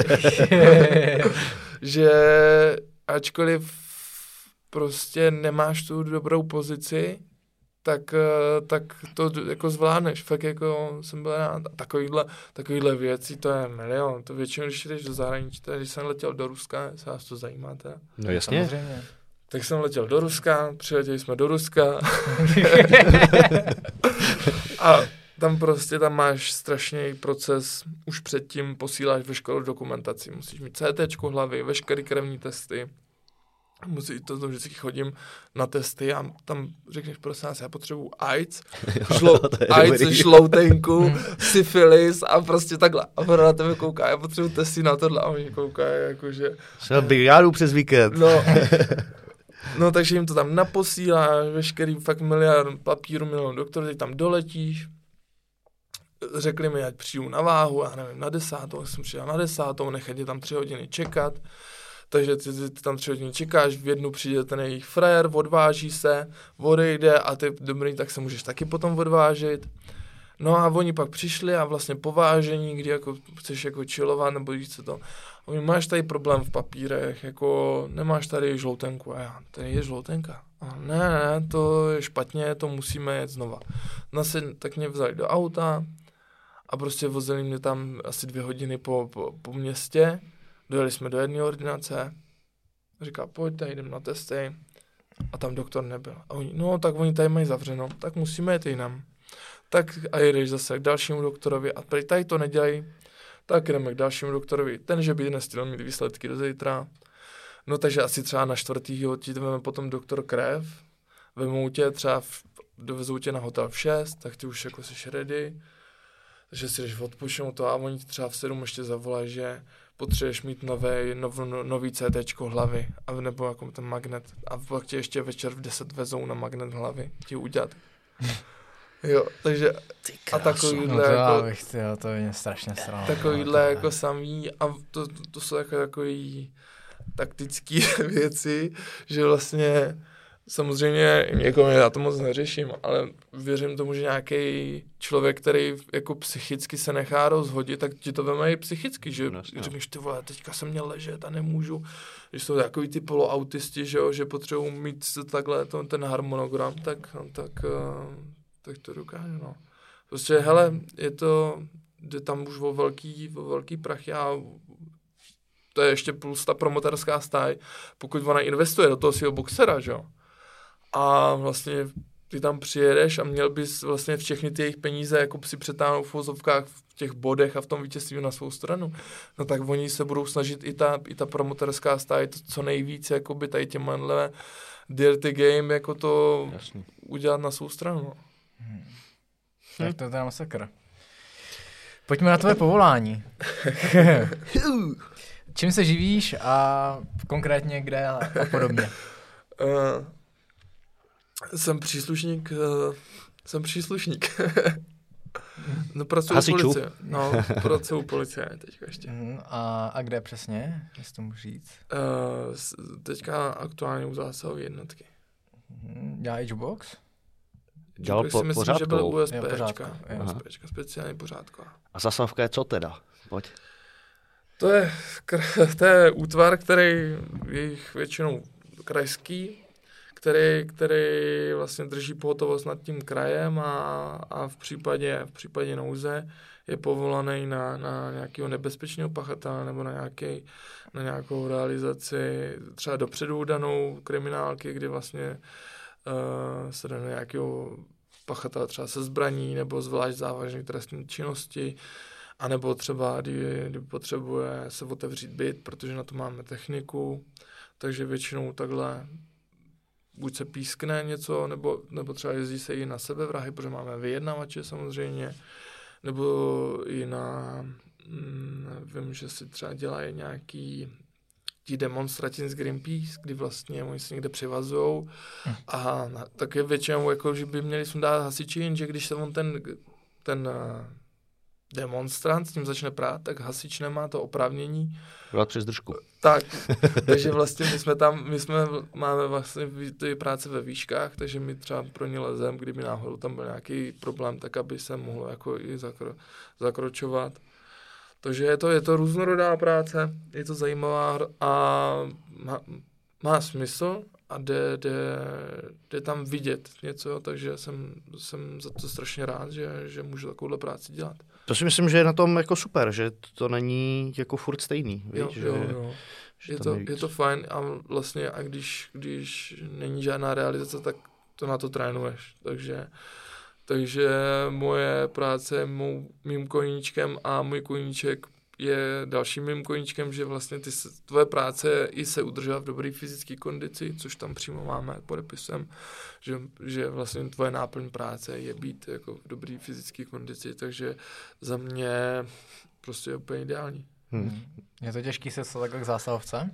Že ačkoliv prostě nemáš tu dobrou pozici, tak, tak to jako zvládneš. Fakt jako jsem byl rád. Takovýhle, takovýhle věcí, to je milion. To většinou, když jdeš do zahraničí, když jsem letěl do Ruska, se vás to zajímáte? No jasně. Samozřejmě. Tak jsem letěl do Ruska, přiletěli jsme do Ruska. A tam prostě, tam máš strašný proces, už předtím posíláš veškerou dokumentaci. Musíš mít C T hlavy, veškeré krevní testy. Musí to, to vždycky chodím na testy a tam řekneš, prosím vás, já potřebuji AIDS, žlou, AIDS, žloutenku, syfilis a prostě takhle. A ono na tebe kouká, já potřebuji testy na tohle a oni koukají, jakože... Jsem brigádu přes víkend. No, no, takže jim to tam naposíláš, veškerý fakt miliard papíru, milion doktorů, teď tam doletíš. Řekli mi, ať přijdu na váhu, já nevím, na desátou, jsem přijel na desátou, nechaj tě tam tři hodiny čekat. Takže ty, ty, ty tam tři hodiny čekáš, v jednu přijde ten jejich frér, odváží se, odejde a ty dobrý, tak se můžeš taky potom odvážit. No a oni pak přišli a vlastně povážení, kdy jako chceš jako chillovat nebo víš co to. Oni, máš tady problém v papírech, jako nemáš tady žloutenku. A já, tady je žloutenka. A ne, ne, to je špatně, to musíme jet znova. No se, tak mě vzali do auta a prostě vozili mě tam asi dvě hodiny po, po, po městě. Dojeli jsme do jedné ordinace, říká, pojďte, jdem na testy a tam doktor nebyl. A oni, no tak oni tady mají zavřeno, tak musíme jet jinam. Tak a jedeš zase k dalšímu doktorovi a tady to nedělají, Tak jdeme k dalšímu doktorovi. Ten, že by nestihl mít výsledky do zítra. No takže asi třeba na čtvrtýho ti veme potom doktor krev. Vemou tě třeba, v, dovezou tě na hotel v šest, tak ty už jako jsi ready. Takže si jdeš odpočnout to a oni ti třeba v sedm ještě zavolají, že potřebuješ mít nové, nov, no, nový C Tčko hlavy, a nebo jako ten magnet. A pak tě ještě večer v deset vezou na magnet hlavy ti udělat. Jo, takže a takovýhle no to jako... Bych, tyjo, to je strašně sralo. Takovýhle jako samý a to, to, to jsou jako takový taktický věci, že vlastně samozřejmě jako já to moc neřeším, ale věřím tomu, že nějaký člověk, který jako psychicky se nechá rozhodit, tak ti to veme i psychicky, že no, řekneš, ty vole, teďka jsem měl ležet a nemůžu. Když jsou takový ty poloautisti, že, jo, že potřebují mít takhle to, ten harmonogram, tak, tak, tak to dokážu, no. Prostě, hele, je to, jde tam už o velký, o velký prachy a to je ještě plus ta promoterská stáj, pokud ona investuje do toho svého boxera, že jo. A vlastně ty tam přijedeš a měl bys vlastně všechny ty jejich peníze jako si přetáhnout v vozovkách v těch bodech a v tom vítězství na svou stranu. No tak oni se budou snažit i ta, i ta promoterská stáj to co nejvíc jakoby tady těmhle dirty game jako to Jasný. udělat na svou stranu. Hmm. Tak to je teda masakr. Pojďme na tvoje povolání. Čím se živíš a konkrétně kde a podobně? Uh, jsem příslušník, uh, jsem příslušník. no, pracuji u policie. No, pracuji u policie teďka ještě. Uh, a, a kde přesně, jestli to můžu říct? Uh, teďka aktuálně u zásahové jednotky. Uh, dělá H-Box? Dělal po, si myslím, pořádkou. že byl U S P pořádku, USPčka, speciální pořádko. A zasavka je co teda? Pojď. To je, to je útvar, který je jich většinou krajský, který, který vlastně drží pohotovost nad tím krajem a, a v případě, v případě nouze je povolaný na, na nějakého nebezpečného pachatele nebo na, nějaký, na nějakou realizaci třeba dopředu danou kriminálky, kdy vlastně uh, se jde na nějakého pachatele třeba se zbraní nebo zvlášť závažné trestné činnosti, a nebo třeba, kdy, kdy potřebuje se otevřít byt, protože na to máme techniku, takže většinou takhle buď se pískne něco, nebo, nebo třeba jezdí se i na sebevrahy, protože máme vyjednavače samozřejmě, nebo i na, mm, vím, že si třeba dělají nějaký ti demonstranti z Greenpeace, kdy vlastně oni se někde přivazujou a na, tak je většinou, jako, že by měli sundat hasiči, jenže když se on ten, ten demonstrant s tím začne prát, tak hasič nemá to oprávnění. Brát přes držku. Tak, takže vlastně my jsme tam, my jsme, máme vlastně ty práce ve výškách, takže my třeba pro ně lezem, kdyby náhodou tam byl nějaký problém, tak aby se mohlo jako i zakro, zakročovat. Takže je to, je to různorodá práce, je to zajímavá a má, má smysl a jde, jde, jde tam vidět něco, takže jsem, jsem za to strašně rád, že, že můžu takovouhle práci dělat. To si myslím, že je na tom jako super, že to není jako furt stejný. Jo, víš, jo, že, jo. Že je, to, je to fajn a vlastně a když, když není žádná realizace, tak to na to trénuješ. Takže, takže moje práce je mou, mým koníčkem a můj koníček je dalším mým koníčkem, že vlastně ty, tvoje práce i se udržela v dobré fyzické kondici, což tam přímo máme podepisem, že, že vlastně tvoje náplň práce je být jako v dobré fyzické kondici, takže za mě prostě je úplně ideální. Hmm. Je to těžký se dostat takhle k zásahovce?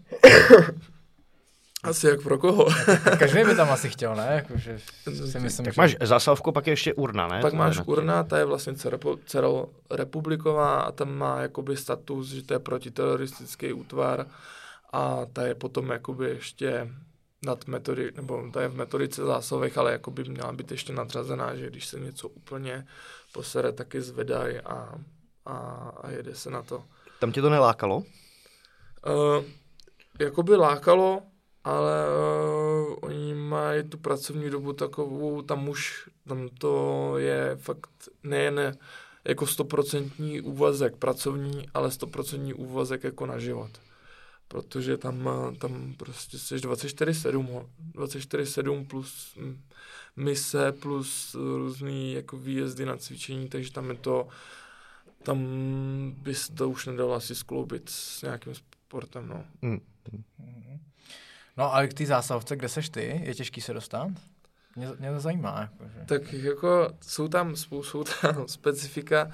Asi jak pro koho. Každý by tam asi chtěl, ne? Jako, že si myslím, tak že... máš zásahovku, pak je ještě urna, ne? Pak to máš urna, ta je vlastně celorepubliková a tam má jakoby status, že to je protiteroristický útvar a ta je potom jakoby ještě nad metody, nebo ta je v metodice zásahových, ale jakoby měla být ještě nadřazená, že když se něco úplně posere, taky zvedají a, a, a jede se na to. Tam tě to nelákalo? Uh, jakoby lákalo, ale uh, oni mají tu pracovní dobu takovou, tam už, tam to je fakt nejen jako stoprocentní úvazek pracovní, ale stoprocentní úvazek jako na život. Protože tam, tam prostě jsi dvacet čtyři sedm, dvacet čtyři sedm plus mise, plus různý jako výjezdy na cvičení, takže tam je to tam bys to už nedal asi skloubit s nějakým sportem, no. Hmm. No a k té zásahovce, kde seš ty, je těžký se dostat? Mě, mě to zajímá. Jakože. Tak jako jsou tam spoustu tam specifika.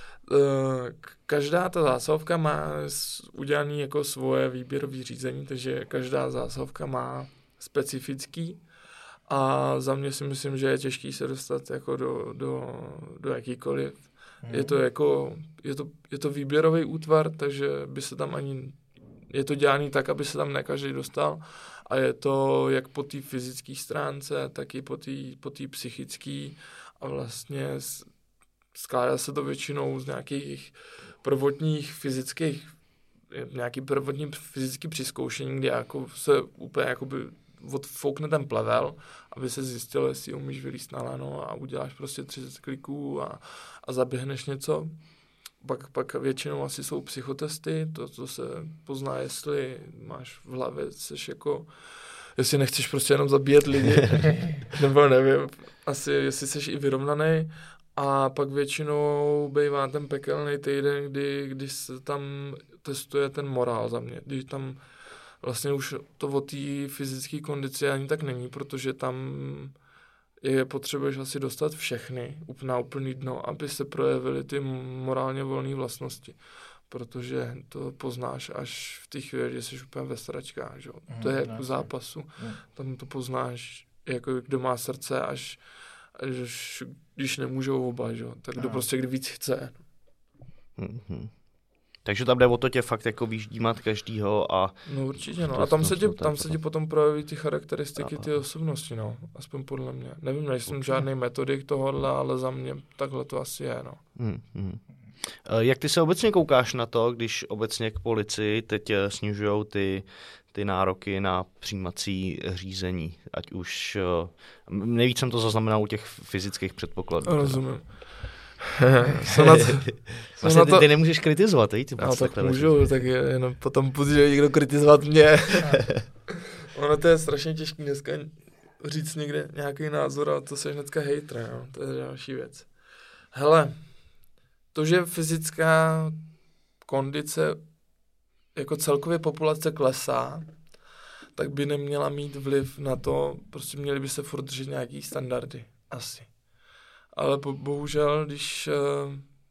Každá ta zásahovka má udělané jako svoje výběrové řízení, takže každá zásahovka má specifický a za mě si myslím, že je těžký se dostat jako do, do, do jakýkoliv. Hmm. Je to jako, je to, je to výběrový útvar, takže by se tam ani, je to dělaný tak, aby se tam ne každý dostal a je to jak po té fyzické stránce, tak i po té po té psychické a vlastně skládá se to většinou z nějakých prvotních fyzických, nějaký prvotní fyzický přizkoušení, kde jako se úplně jakoby odfoukne ten plevel, aby se zjistilo, jestli umíš vylízt na lano a uděláš prostě třicet kliků a, a zaběhneš něco. Pak, pak většinou asi jsou psychotesty, to, to se pozná, jestli máš v hlavě, seš jako, jestli nechceš prostě jenom zabíjet lidi, nebo nevím, asi jestli seš i vyrovnaný. A pak většinou bývá ten pekelný týden, kdy, kdy se tam testuje ten morál za mě. Když tam vlastně už to o té fyzické kondici ani tak není, protože tam je potřebuješ asi dostat všechny na úplný dno, aby se projevily ty morálně volné vlastnosti. Protože to poznáš až v té chvíli, že jsi úplně ve sračkách. Že? Mm, to je jako v zápasu. Mm. Tam to poznáš, jako kdo má srdce, až Až, když nemůžou oba, že? Tak kdo prostě kdy víc chce. Mm-hmm. Takže tam jde o to tě fakt jako vyždímat každýho a... No určitě, no. A tam se ti, tam se ti potom projeví ty charakteristiky, ty osobnosti, no. Aspoň podle mě. Nevím, nejsem žádný metodik tohohle, ale za mě takhle to asi je, no. Mm-hmm. Jak ty se obecně koukáš na to, když obecně k policii teď snižujou ty, ty nároky na přijímací řízení? Ať už nejvíc jsem to zaznamenal u těch fyzických předpokladů. Rozumím. Vlastně ty, ty nemůžeš kritizovat, ty? ty no, tak můžu, tak je, jenom potom bude někdo kritizovat mě. Ono to je strašně těžké dneska říct někde nějaký názor a to seš hnedka hejtr, no? To je další věc. Hele, to, že fyzická kondice jako celkově populace klesá, tak by neměla mít vliv na to, prostě měli by se furt držet nějaký standardy, asi. Ale bo, bohužel, když uh,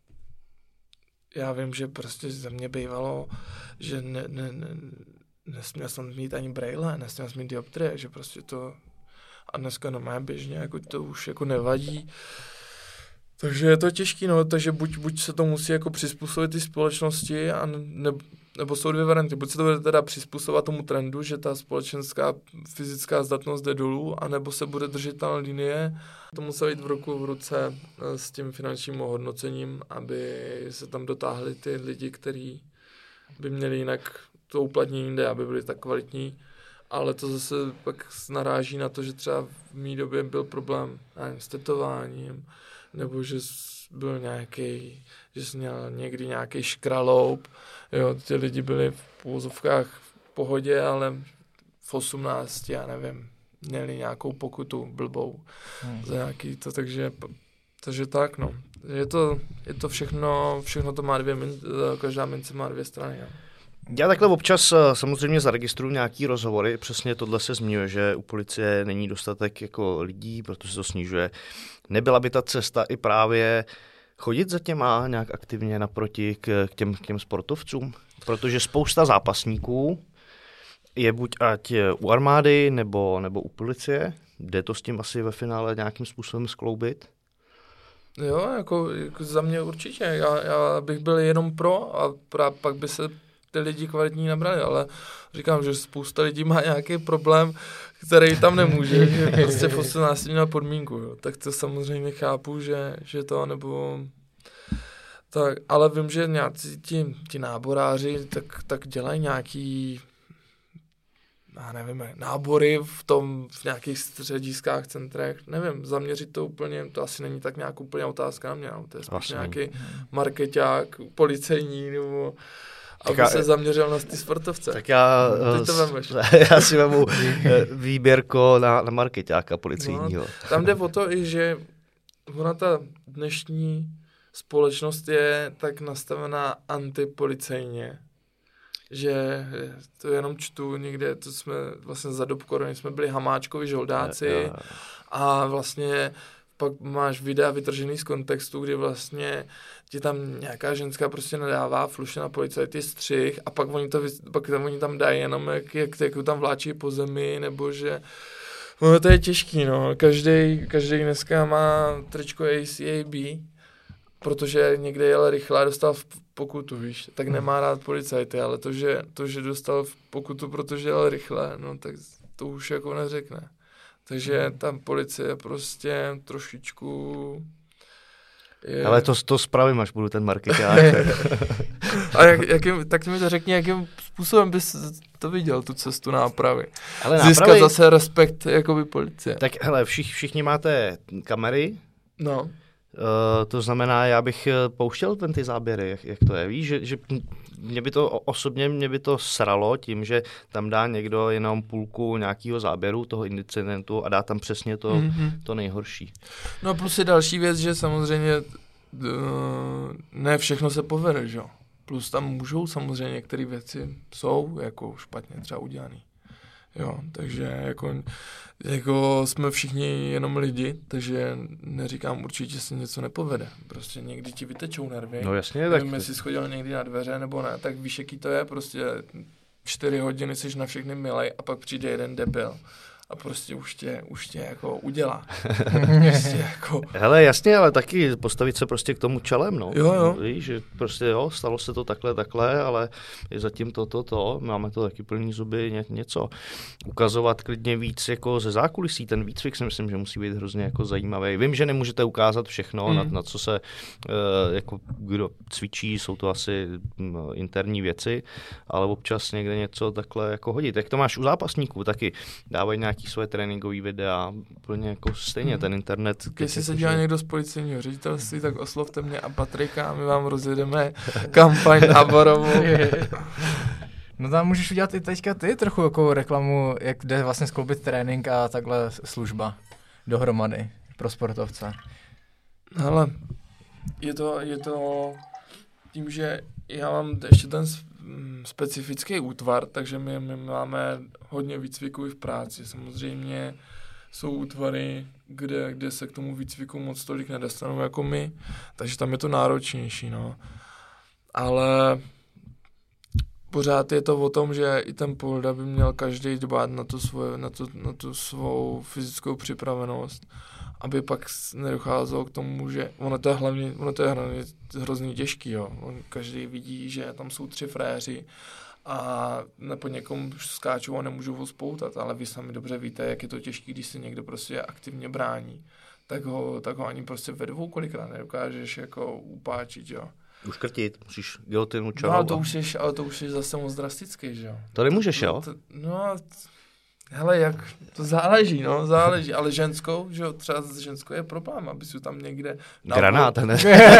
já vím, že prostě za mě bývalo, že ne, ne, ne, nesměl jsem mít ani brejle, nesměl jsem mít dioptrie, že prostě to a dneska normálně běžně, jako to už jako nevadí. Takže je to těžký, no, takže buď, buď se to musí jako přizpůsobit ty společnosti, a ne, nebo jsou dvě varianty. Buď se to bude teda přizpůsobovat tomu trendu, že ta společenská fyzická zdatnost jde dolů, anebo se bude držet ta linie. To musí jít v ruku v ruce s tím finančním ohodnocením, aby se tam dotáhli ty lidi, kteří by měli jinak to uplatnění jinde, aby byli tak kvalitní. Ale to zase pak naráží na to, že třeba v mý době byl problém nevím, s tetováním, nebo že byl nějaký, že jsi měl někdy nějaký škraloup, jo, ty lidi byli v úvozovkách v pohodě, ale v osmnácti, já nevím, měli nějakou pokutu blbou hmm. za nějaký to, takže, takže tak, no. Je to, je to všechno, všechno to má dvě, každá mince má dvě strany, jo. Já takhle občas samozřejmě zaregistruju nějaký rozhovory, přesně tohle se zmiňuje, že u policie není dostatek jako lidí, protože se to snižuje. Nebyla by ta cesta i právě chodit za těma nějak aktivně naproti k, k, těm, k těm sportovcům? Protože spousta zápasníků je buď ať u armády nebo, nebo u policie. Jde to s tím asi ve finále nějakým způsobem skloubit? Jo, jako, jako za mě určitě. Já, já bych byl jenom pro a pra, pak by se ty lidi kvalitní nabrali, ale říkám, že spousta lidí má nějaký problém, který tam nemůže, že prostě v osmnácti měl podmínku, jo. Tak to samozřejmě chápu, že, že to, nebo tak, ale vím, že nějací ti, ti náboráři tak, tak dělají nějaký, já nevím, nábory v tom, v nějakých střediskách, centrech, nevím, zaměřit to úplně, to asi není tak nějak úplně otázka na mě, no. To je spíš nějaký markeťák, policejní, nebo aby já, se zaměřil na ty sportovce. Tak já, Ty to vemeš. já si vemu výběrko na, na markeťáka policejního. No, tam jde o to i, že ona ta dnešní společnost je tak nastavená antipolicejně, že to jenom čtu někde, to jsme vlastně za dob korony jsme byli Hamáčkovi žoldáci je, je. a vlastně pak máš videa vytržený z kontextu, kdy vlastně ti tam nějaká ženská prostě nadává, fluše na policajty střih a pak oni, to, pak tam, oni tam dají jenom, jak, jak, jak tam vláčí po zemi, nebo že no, to je těžký, no. Každý, každý dneska má tričko A C A B, protože někde jel rychle a dostal v pokutu, víš, tak nemá rád policajty, ale to, že, to, že dostal v pokutu, protože jel rychle, no tak to už jako neřekne. Takže tam policie prostě trošičku... Je... Ale to, to spravím, až budu ten marketák. A jak, jakým, tak mi to řekni, jakým způsobem bys to viděl, tu cestu nápravy. Ale Získat nápravy... zase respekt jakoby policie. Tak hele, všich, všichni máte kamery. No. Uh, to znamená, já bych pouštěl ten ty záběry, jak, jak to je. Víš, že, že mě by to osobně mě by to sralo tím, že tam dá někdo jenom půlku nějakého záběru toho incidentu a dá tam přesně to, mm-hmm. to nejhorší. No plus je další věc, že samozřejmě uh, ne všechno se povede, že jo. Plus tam můžou samozřejmě některé věci jsou jako špatně třeba udělané. Jo, takže jako, jako jsme všichni jenom lidi, takže neříkám určitě, že se něco nepovede. Prostě někdy ti vytečou nervy. No jasně, nevím, tak... jestli schodil někdy na dveře nebo ne, tak víš, jaký to je, prostě čtyři hodiny jsi na všechny milej a pak přijde jeden debil. A prostě už tě, už tě jako udělá. prostě jako... Hele, jasně, ale taky postavit se prostě k tomu čelem, no. Jo, jo. Víš, že prostě jo, stalo se to takhle, takhle, ale je zatím to, to, to, máme to taky plný zuby, ně, něco. Ukazovat klidně víc jako ze zákulisí, ten výcvik si myslím, že musí být hrozně jako zajímavý. Vím, že nemůžete ukázat všechno, mm. na, na co se, uh, jako kdo cvičí, jsou to asi um, interní věci, ale občas někde něco takhle jako hodit. Jak to máš u zápasníků, taky dávají nějaký svoje tréninkové videa, úplně jako stejně hmm. ten internet. Když se dělá někdo z policejního ředitelství, tak oslovte mě a Patrika a my vám rozjedeme kampaň náborovou. No tam můžeš udělat i teďka ty trochu jako reklamu, jak jde vlastně skloubit trénink a takhle služba dohromady pro sportovce. Hele, je to, je to tím, že já mám ještě ten specifický útvar, takže my, my máme hodně výcviků i v práci. Samozřejmě jsou útvary, kde, kde se k tomu výcviku moc tolik nedostanou jako my, takže tam je to náročnější, no. Ale pořád je to o tom, že i ten Polda by měl každý dbát na tu, svoje, na tu, na tu svou fyzickou připravenost, aby pak nedocházelo k tomu, že ono to je hlavně, ono to je hlavně hrozně těžký, jo. On každý vidí, že tam jsou tři fréři a po někom skáčou a nemůžou ho spoutat, ale vy sami dobře víte, jak je to těžký, když se někdo prostě aktivně brání, tak ho, tak ho ani prostě ve dvou kolikrát nedokážeš jako upáčit, jo. Uškrtit, musíš gilotinu čarou. No ale to už jsi, ale to už jsi zase moc drastický, že jo. To nemůžeš, jo? To, no, hele, jak, to záleží, no, záleží, ale ženskou, že jo, třeba s ženskou je problém, aby si tam někde... Granát, ne?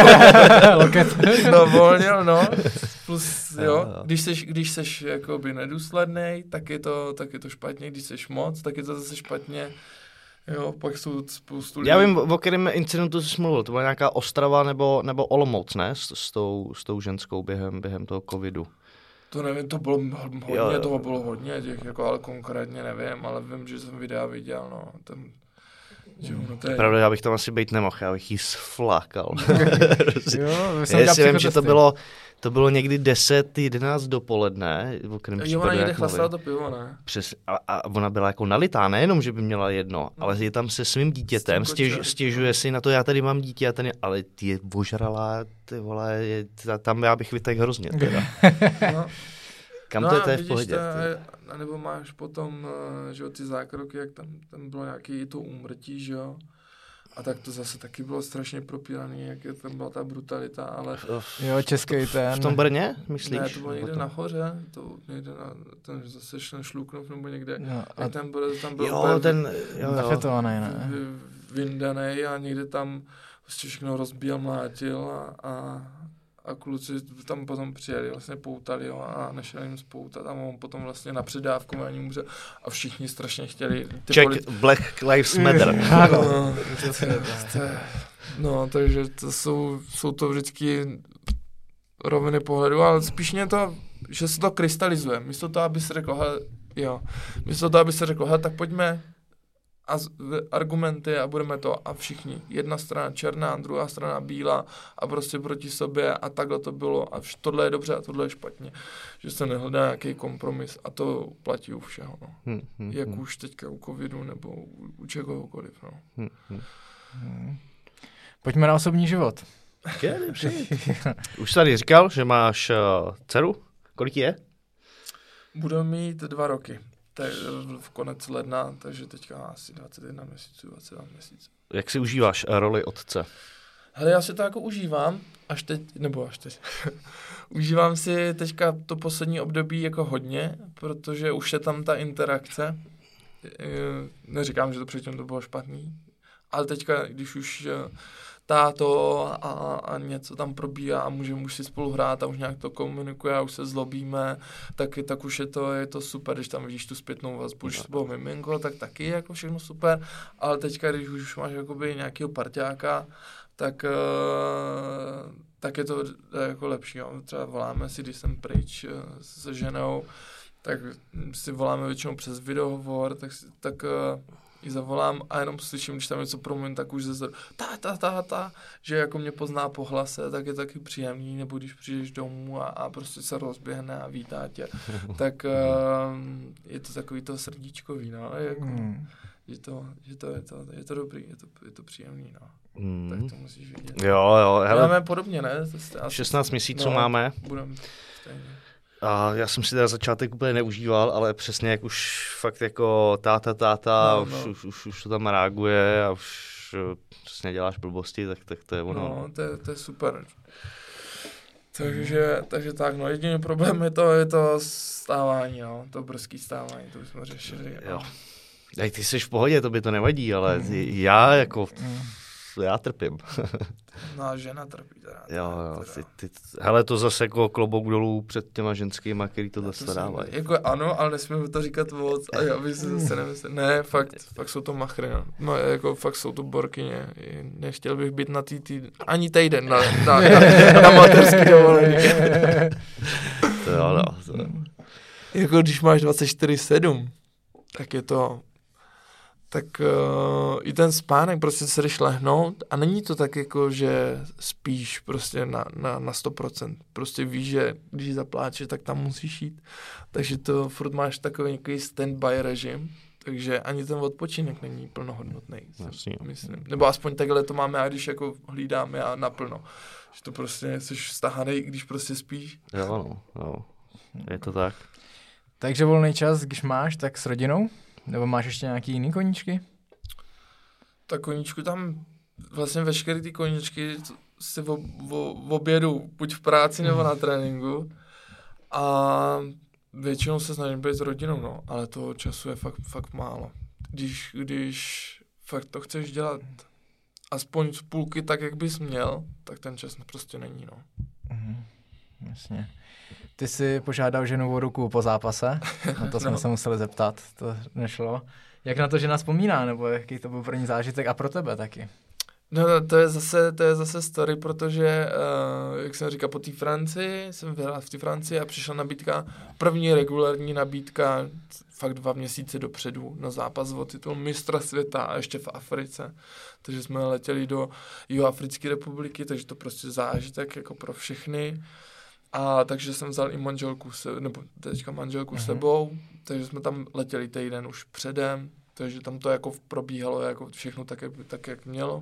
Loket. No, volně, no, plus, jo, když seš, když seš, jakoby nedůslednej, tak je to, tak je to špatně, když seš moc, tak je to zase špatně, jo, pak jsou spoustu lidí. Já vím, o kterém incidentu jsi mluvil, to byla nějaká Ostrava nebo, nebo Olomouc, ne, s, s, tou, s tou ženskou během, během toho covidu. To nevím, to bylo hodně, jo, jo. toho bylo hodně těch, jako, ale konkrétně nevím, ale vím, že jsem videa viděl, no, ten, že ono to je... Pravda, já bych tam asi být nemohl, já bych jí sflákal. Jo, já si vím, že to bylo, to bylo někdy deset jedenáct dopoledne, o kterém jo, ona někde chlastala to pivo, ne? Přes, a, a ona byla jako nalitá, nejenom, že by měla jedno, no. ale je tam se svým dítětem, stěž, stěžuje si na to, já tady mám dítě, a ten je, ale ty je ožralá, ty vole, je, tam já bych vytek hrozně teda. No. Kam no to je, to je v pohodě. A nebo máš potom, že jo, ty zákroky, jak tam, tam bylo nějaký to úmrtí, že jo. A tak to zase taky bylo strašně propíraný, jak je tam byla ta brutalita, ale... Jo, český ten... V tom Brně, myslíš? Ne, to bylo někde nahoře, to někde na, ten zase šel Šluknov nebo někde. No, a tam byl, tam byl jo, ten... Jo, zafetovaný, ne? Vyndanej a někde tam vlastně všechno rozbíjel, mlátil a, a, a kluci tam potom přijeli, vlastně poutali ho a nešel jim spoutat a on potom vlastně na předávkování může a všichni strašně chtěli... Check, politi- Black Lives Matter. Ano. No, takže to jsou, jsou to vždycky roviny pohledu, ale spíš mě to, že se to krystalizuje. Místo toho, aby se řeklo, hele, jo, místo toho, aby se řeklo, hele, tak pojďme a z, argumenty a budeme to a všichni. Jedna strana černá, druhá strana bílá a prostě proti sobě a takhle to bylo a vš- tohle je dobře a tohle je špatně. Že se nehledá nějaký kompromis a to platí u všeho. No. Hmm, hmm, Jak hmm. už teďka u covidu nebo u, u čehokoliv. No. Hmm, hmm. Hmm. Pojďme na osobní život. Už tady říkal, že máš uh, dceru. Kolik je? Budu mít dva roky. Tak v konec ledna, takže teďka asi dvacet jedna měsíců, dvacet dva měsíců. Jak si užíváš roli otce? Hele, já si to jako užívám, až teď, nebo až teď. Užívám si teďka to poslední období jako hodně, protože už je tam ta interakce. Neříkám, že to předtím to bylo špatný, ale teďka, když už táto a, a něco tam probíhá a můžeme už si spolu hrát a už nějak to komunikuje a už se zlobíme, tak, tak už je to, je to super, když tam vidíš tu zpětnou vazbu, když to bylo miminko, tak taky je jako všechno super, ale teďka, když už máš jakoby nějakého parťáka, tak, uh, tak je to jako lepší. Jo. Třeba voláme si, když jsem pryč uh, se ženou, tak si voláme většinou přes videohovor, tak, tak uh, ji zavolám a jenom slyším, když tam něco promluvím, tak už ze ta, ta, ta, ta, že jako mě pozná po hlase, tak je taky příjemný, nebo když přijdeš domů a, a prostě se rozběhne a vítá tě, tak uh, je to takový to srdíčkový, no, jako, mm. je, to, je, to, je, to, je to dobrý, je to, je to příjemný, no. Mm. Tak to musíš vidět. Jo, jo. Hele, máme podobně, ne? To šestnáct měsíců no, máme. Budeme stejně. A já jsem si teda začátek úplně neužíval, ale přesně jak už fakt jako táta, táta, no, no. Už, už, už, už to tam reaguje a už přesně děláš blbosti, tak, tak to je ono. No, to je, to je super. Takže, takže tak, no, jediný problém je to, je to stávání, no, to brzký stávání, to bychom řešili. Jo. Ej, ty jsi v pohodě, to by to nevadí, ale mm. já jako... Mm. Já trpím. No a žena trpí teda. Jo, jo. Ty, ty, hele, to zase jako klobouk dolů před těma ženskýma, který to zase dávají. Jako ano, ale nesmíme to říkat moc. A já bych si zase nemyslel. Ne, fakt, fakt jsou to machry. No. No, jako fakt jsou to borkyně. Nechtěl bych být na tý, tý ani týden na, na, na, na mateřský dovolení. To jo, no. To... Jako když máš dvacet čtyři sedm, tak je to... tak uh, i ten spánek, prostě se jdeš lehnout a není to tak jako, že spíš prostě na, na, na sto procent. Prostě víš, že když zapláčeš, tak tam musíš jít. Takže to furt máš takový nějaký stand-by režim, takže ani ten odpočinek není plnohodnotný. Myslím. Nebo aspoň takhle to máme, a když jako hlídáme a naplno. Že to prostě jsi stahanej, když prostě spíš. Jo, no, jo. Je to tak. Takže volný čas, když máš, tak s rodinou? Nebo máš ještě nějaký jiný koníčky? Tak koníčku tam, vlastně veškeré ty koníčky si v, v, v obědu, buď v práci nebo na tréninku. A většinou se snažím být s rodinou, no, ale toho času je fakt, fakt málo. Když, když fakt to chceš dělat aspoň z půlky tak, jak bys měl, tak ten čas prostě není, no. Mhm, jasně. Ty jsi požádal ženu o ruku po zápase, na to jsme no. se museli zeptat, to nešlo. Jak na to žena vzpomíná, nebo jaký to byl pro ní zážitek a pro tebe taky? No to je zase, to je zase story, protože, uh, jak jsem říkal, po té Francii, jsem vyhrál v té Francii a přišla nabídka, první regulární nabídka, fakt dva měsíce dopředu na zápas o titul mistra světa a ještě v Africe. Takže jsme letěli do Jihoafrické republiky, takže to prostě zážitek jako pro všechny. A takže jsem vzal i manželku, se, nebo teďka manželku uh-huh. sebou, takže jsme tam letěli týden už předem, takže tam to jako probíhalo jako všechno tak, jak, tak, jak mělo.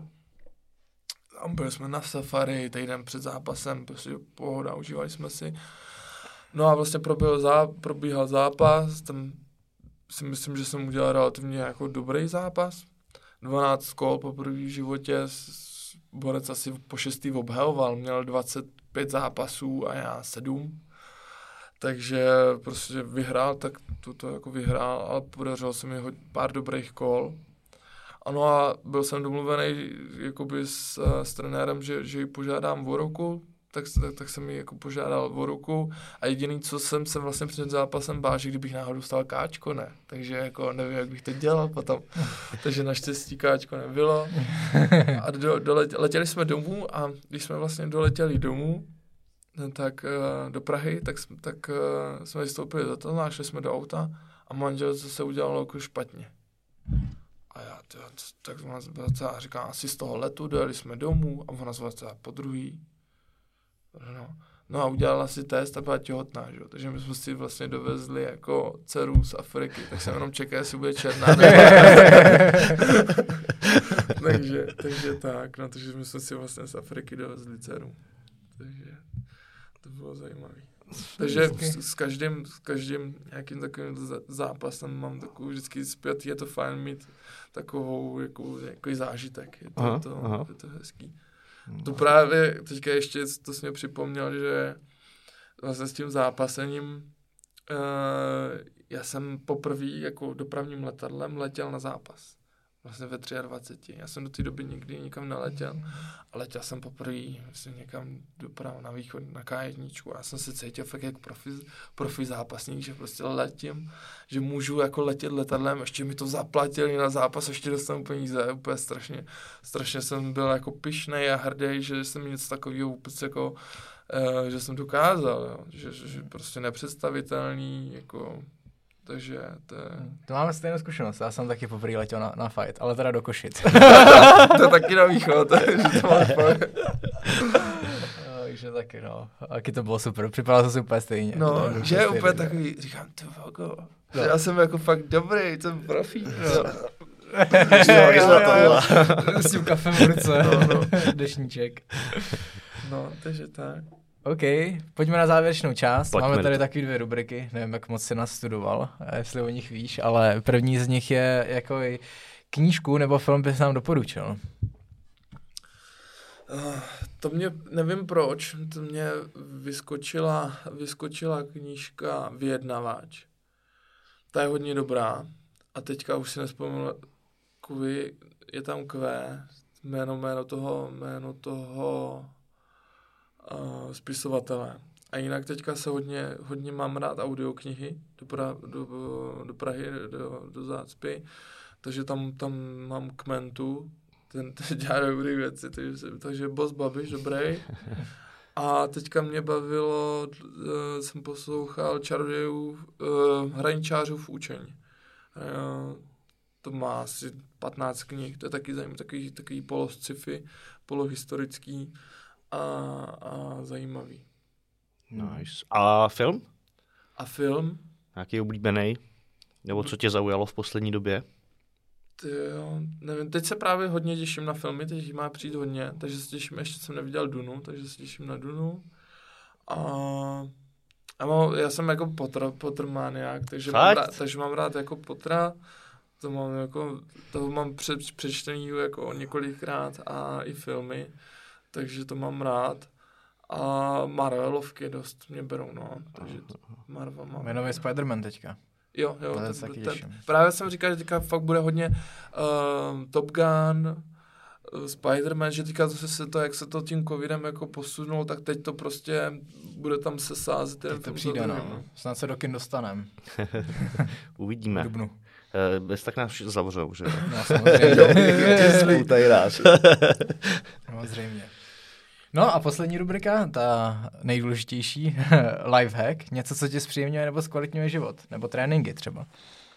A byli jsme na safari týden před zápasem, prostě pohoda, užívali jsme si. No a vlastně probíhal, zá, probíhal zápas, tam si myslím, že jsem udělal relativně jako dobrý zápas. dvanáct kol po první životě, borec asi po šestý obhajoval, měl dvacet pět zápasů a já sedm. Takže prostě vyhrál, tak to, to jako vyhrál, ale podařilo se mi pár dobrých kol. Ano a byl jsem domluvený jakoby s, s trenérem, že, že ji požádám o ruku, tak, tak, tak jsem ji jako požádal o ruku a jediný, co jsem se vlastně před zápasem bál, že kdybych náhodou dostal káčko, ne. Takže jako nevím, jak bych to dělal potom. Takže naštěstí káčko nebylo. A do, doletěli, letěli jsme domů a když jsme vlastně doletěli domů, tak do Prahy, tak, tak jsme vystoupili za to, šli jsme do auta a manželce se udělalo jako špatně. A já, tyjo, tak ona zvracela a říká, asi z toho letu dojeli jsme domů a ona zvracela po druhý. No. no a udělala si test a byla těhotná, že? Takže my jsme si vlastně dovezli jako dceru z Afriky, tak jsem jenom čekal, jestli bude černá. takže, takže tak, no, takže my jsme si vlastně z Afriky dovezli dceru. Takže to bylo zajímavé. Takže s, s, každým, s každým nějakým takovým zápasem mám takovou vždycky zpět, je to fajn mít takovou jako, jako zážitek, je to, aha, to, aha. Je to hezký. To právě teďka ještě, to jsi mě připomněl, že vlastně s tím zápasením uh, já jsem poprvé jako dopravním letadlem letěl na zápas. Vlastně ve dvaceti třech. Já jsem do té doby nikdy nikam neletěl, ale letěl jsem poprvé myslím, někam doprava na východ, na ká jedna. Já jsem se cítil fakt jako profi, profi zápasník, že prostě letím, že můžu jako letět letadlem, ještě mi to zaplatili na zápas, ještě dostanu peníze, úplně strašně, strašně jsem byl jako pyšnej a hrdý, že jsem něco takového vůbec jako, uh, že jsem dokázal, jo. Že, že, že prostě nepředstavitelný, jako... Takže to je... To máme stejnou zkušenost, já jsem taky poprvé letěl na, na fight, ale teda do Košic. To je taky na východ, takže to mám Takže taky no, taky to bylo super, připadalo to si úplně stejně. No, že je úplně takový, říkám, ty voko, no. Já jsem jako fakt dobrý, jsem profík, no. S tím kafem v ruce, no, no. Dešníček. No, takže tak. OK, pojďme na závěrečnou část. Pojďme Máme tady to. taky dvě rubriky, nevím, jak moc si nás studoval, jestli o nich víš, ale první z nich je jako knížku nebo film bys nám doporučil. Uh, to mě, nevím proč, to mě vyskočila, vyskočila knížka Vyjednavač. Ta je hodně dobrá a teďka už si nespomínám, kvůli, je tam Q, jméno, jméno toho, jméno toho Uh, spisovatele. A jinak teďka se hodně, hodně mám rád audioknihy do, pra, do, do Prahy, do, do Zácpy, takže tam, tam mám Kmentu, ten, ten dělá dobrý věci, takže, takže Boss Babiš, dobrý. A teďka mě bavilo, uh, jsem poslouchal Čarodějů, uh, Hraničářův učení. Uh, to má asi patnáct knih, to je taky zajímavý, takový, takový polo-sci-fi, polohistorický. A, a zajímavý. Nice. A film? A film? Nějaký oblíbený? Nebo co tě zaujalo v poslední době? Tyjo, nevím, teď se právě hodně těším na filmy, teď jich má přijít hodně, takže se těším, ještě jsem neviděl Dunu, takže se těším na Dunu. A, a mám, já jsem jako Potter, Potter maniak, takže mám, rád, takže mám rád jako Pottera, to mám jako, toho mám před, přečtený jako několikrát a i filmy. Takže to mám rád. A Marvelovky dost mě berou, no. Takže Marvel mám. Jmenově Spider-Man teďka. Jo, jo. Ten, ten, taky ten, právě jsem říkal, že teďka fakt bude hodně uh, Top Gun, uh, Spider-Man, že teďka to se to, jak se to tím covidem jako posunulo, tak teď to prostě bude tam se sázet. Teď to přijde, no. Snad se do kin dostanem. Uvidíme. Dubnu. Uh, bez tak nás zavřou, že? No, samozřejmě. Spoutaj rád. Samozřejmě. No a poslední rubrika, ta nejdůležitější, lifehack, něco, co ti zpříjemňuje nebo zkvalitňuje život, nebo tréninky třeba.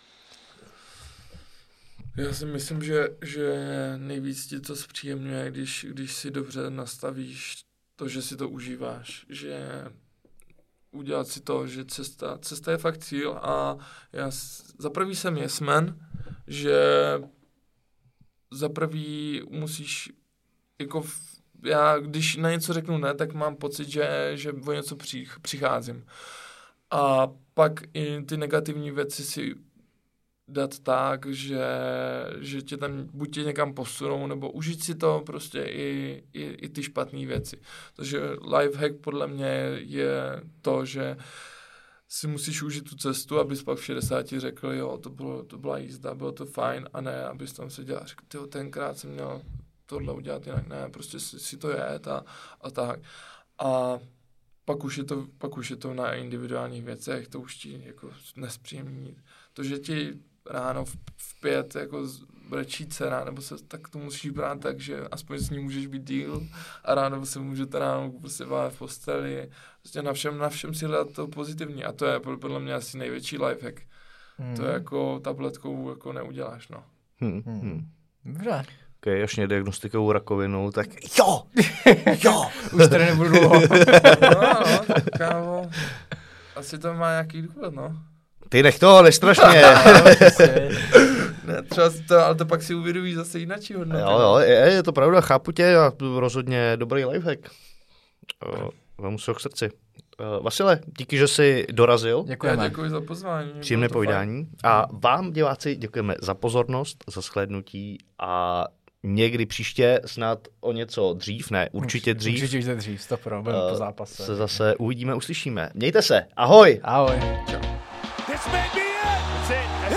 Já si myslím, že, že nejvíc ti to zpříjemňuje, když, když si dobře nastavíš to, že si to užíváš, že udělat si to, že cesta, cesta je fakt cíl a já za prvý jsem jesmen, že za prvý musíš jako já, když na něco řeknu ne, tak mám pocit, že, že o něco přich, přicházím. A pak i ty negativní věci si dát tak, že, že tě tam buď tě někam posunou, nebo užít si to prostě i, i, i ty špatné věci. Takže lifehack podle mě je to, že si musíš užít tu cestu, abys pak v šedesáti řekl, jo, to, bylo, to byla jízda, bylo to fajn, a ne, abys tam seděl a řekl, tyjo, tenkrát jsem měl tohle udělat jinak, ne, prostě si, si to jet a, a tak. A pak už je to, pak už je to na individuálních věcech, to už ti jako nespříjemní. To, že ti ráno v, v pět jako brečí dcera, nebo se, tak to musíš brát tak, že aspoň s ní můžeš být díl a ráno se můžete ráno prostě válet v posteli. Prostě na všem, na všem si hledat to pozitivní a to je podle mě asi největší lifehack. Hmm. To je jako tabletkou jako neuděláš, no. Hmm. Hmm. Dobře. Okay, až mě diagnostikou rakovinou, tak jo, jo. Už tady nebudu dlouho. No, no, tak kámo, asi to má nějaký důvod, no. Ty nech to, nestrašně. Ne, třeba to, ale to pak si uvědomíš zase jinak hodnoty. Jo, jo, je, je to pravda, chápu tě a rozhodně dobrý lifehack. Vemu se ho k srdci. Uh, Vasile, díky, že jsi dorazil. Děkujeme. Já děkuji za pozvání. Příjemné povídání. A vám, diváci, děkujeme za pozornost, za shlédnutí a někdy příště, snad o něco dřív, ne, určitě dřív. Určitě dřív, stopro, budeme uh, po zápase. Se zase uvidíme, uslyšíme. Mějte se, ahoj! Ahoj. Čau. This may be it. That's it. That's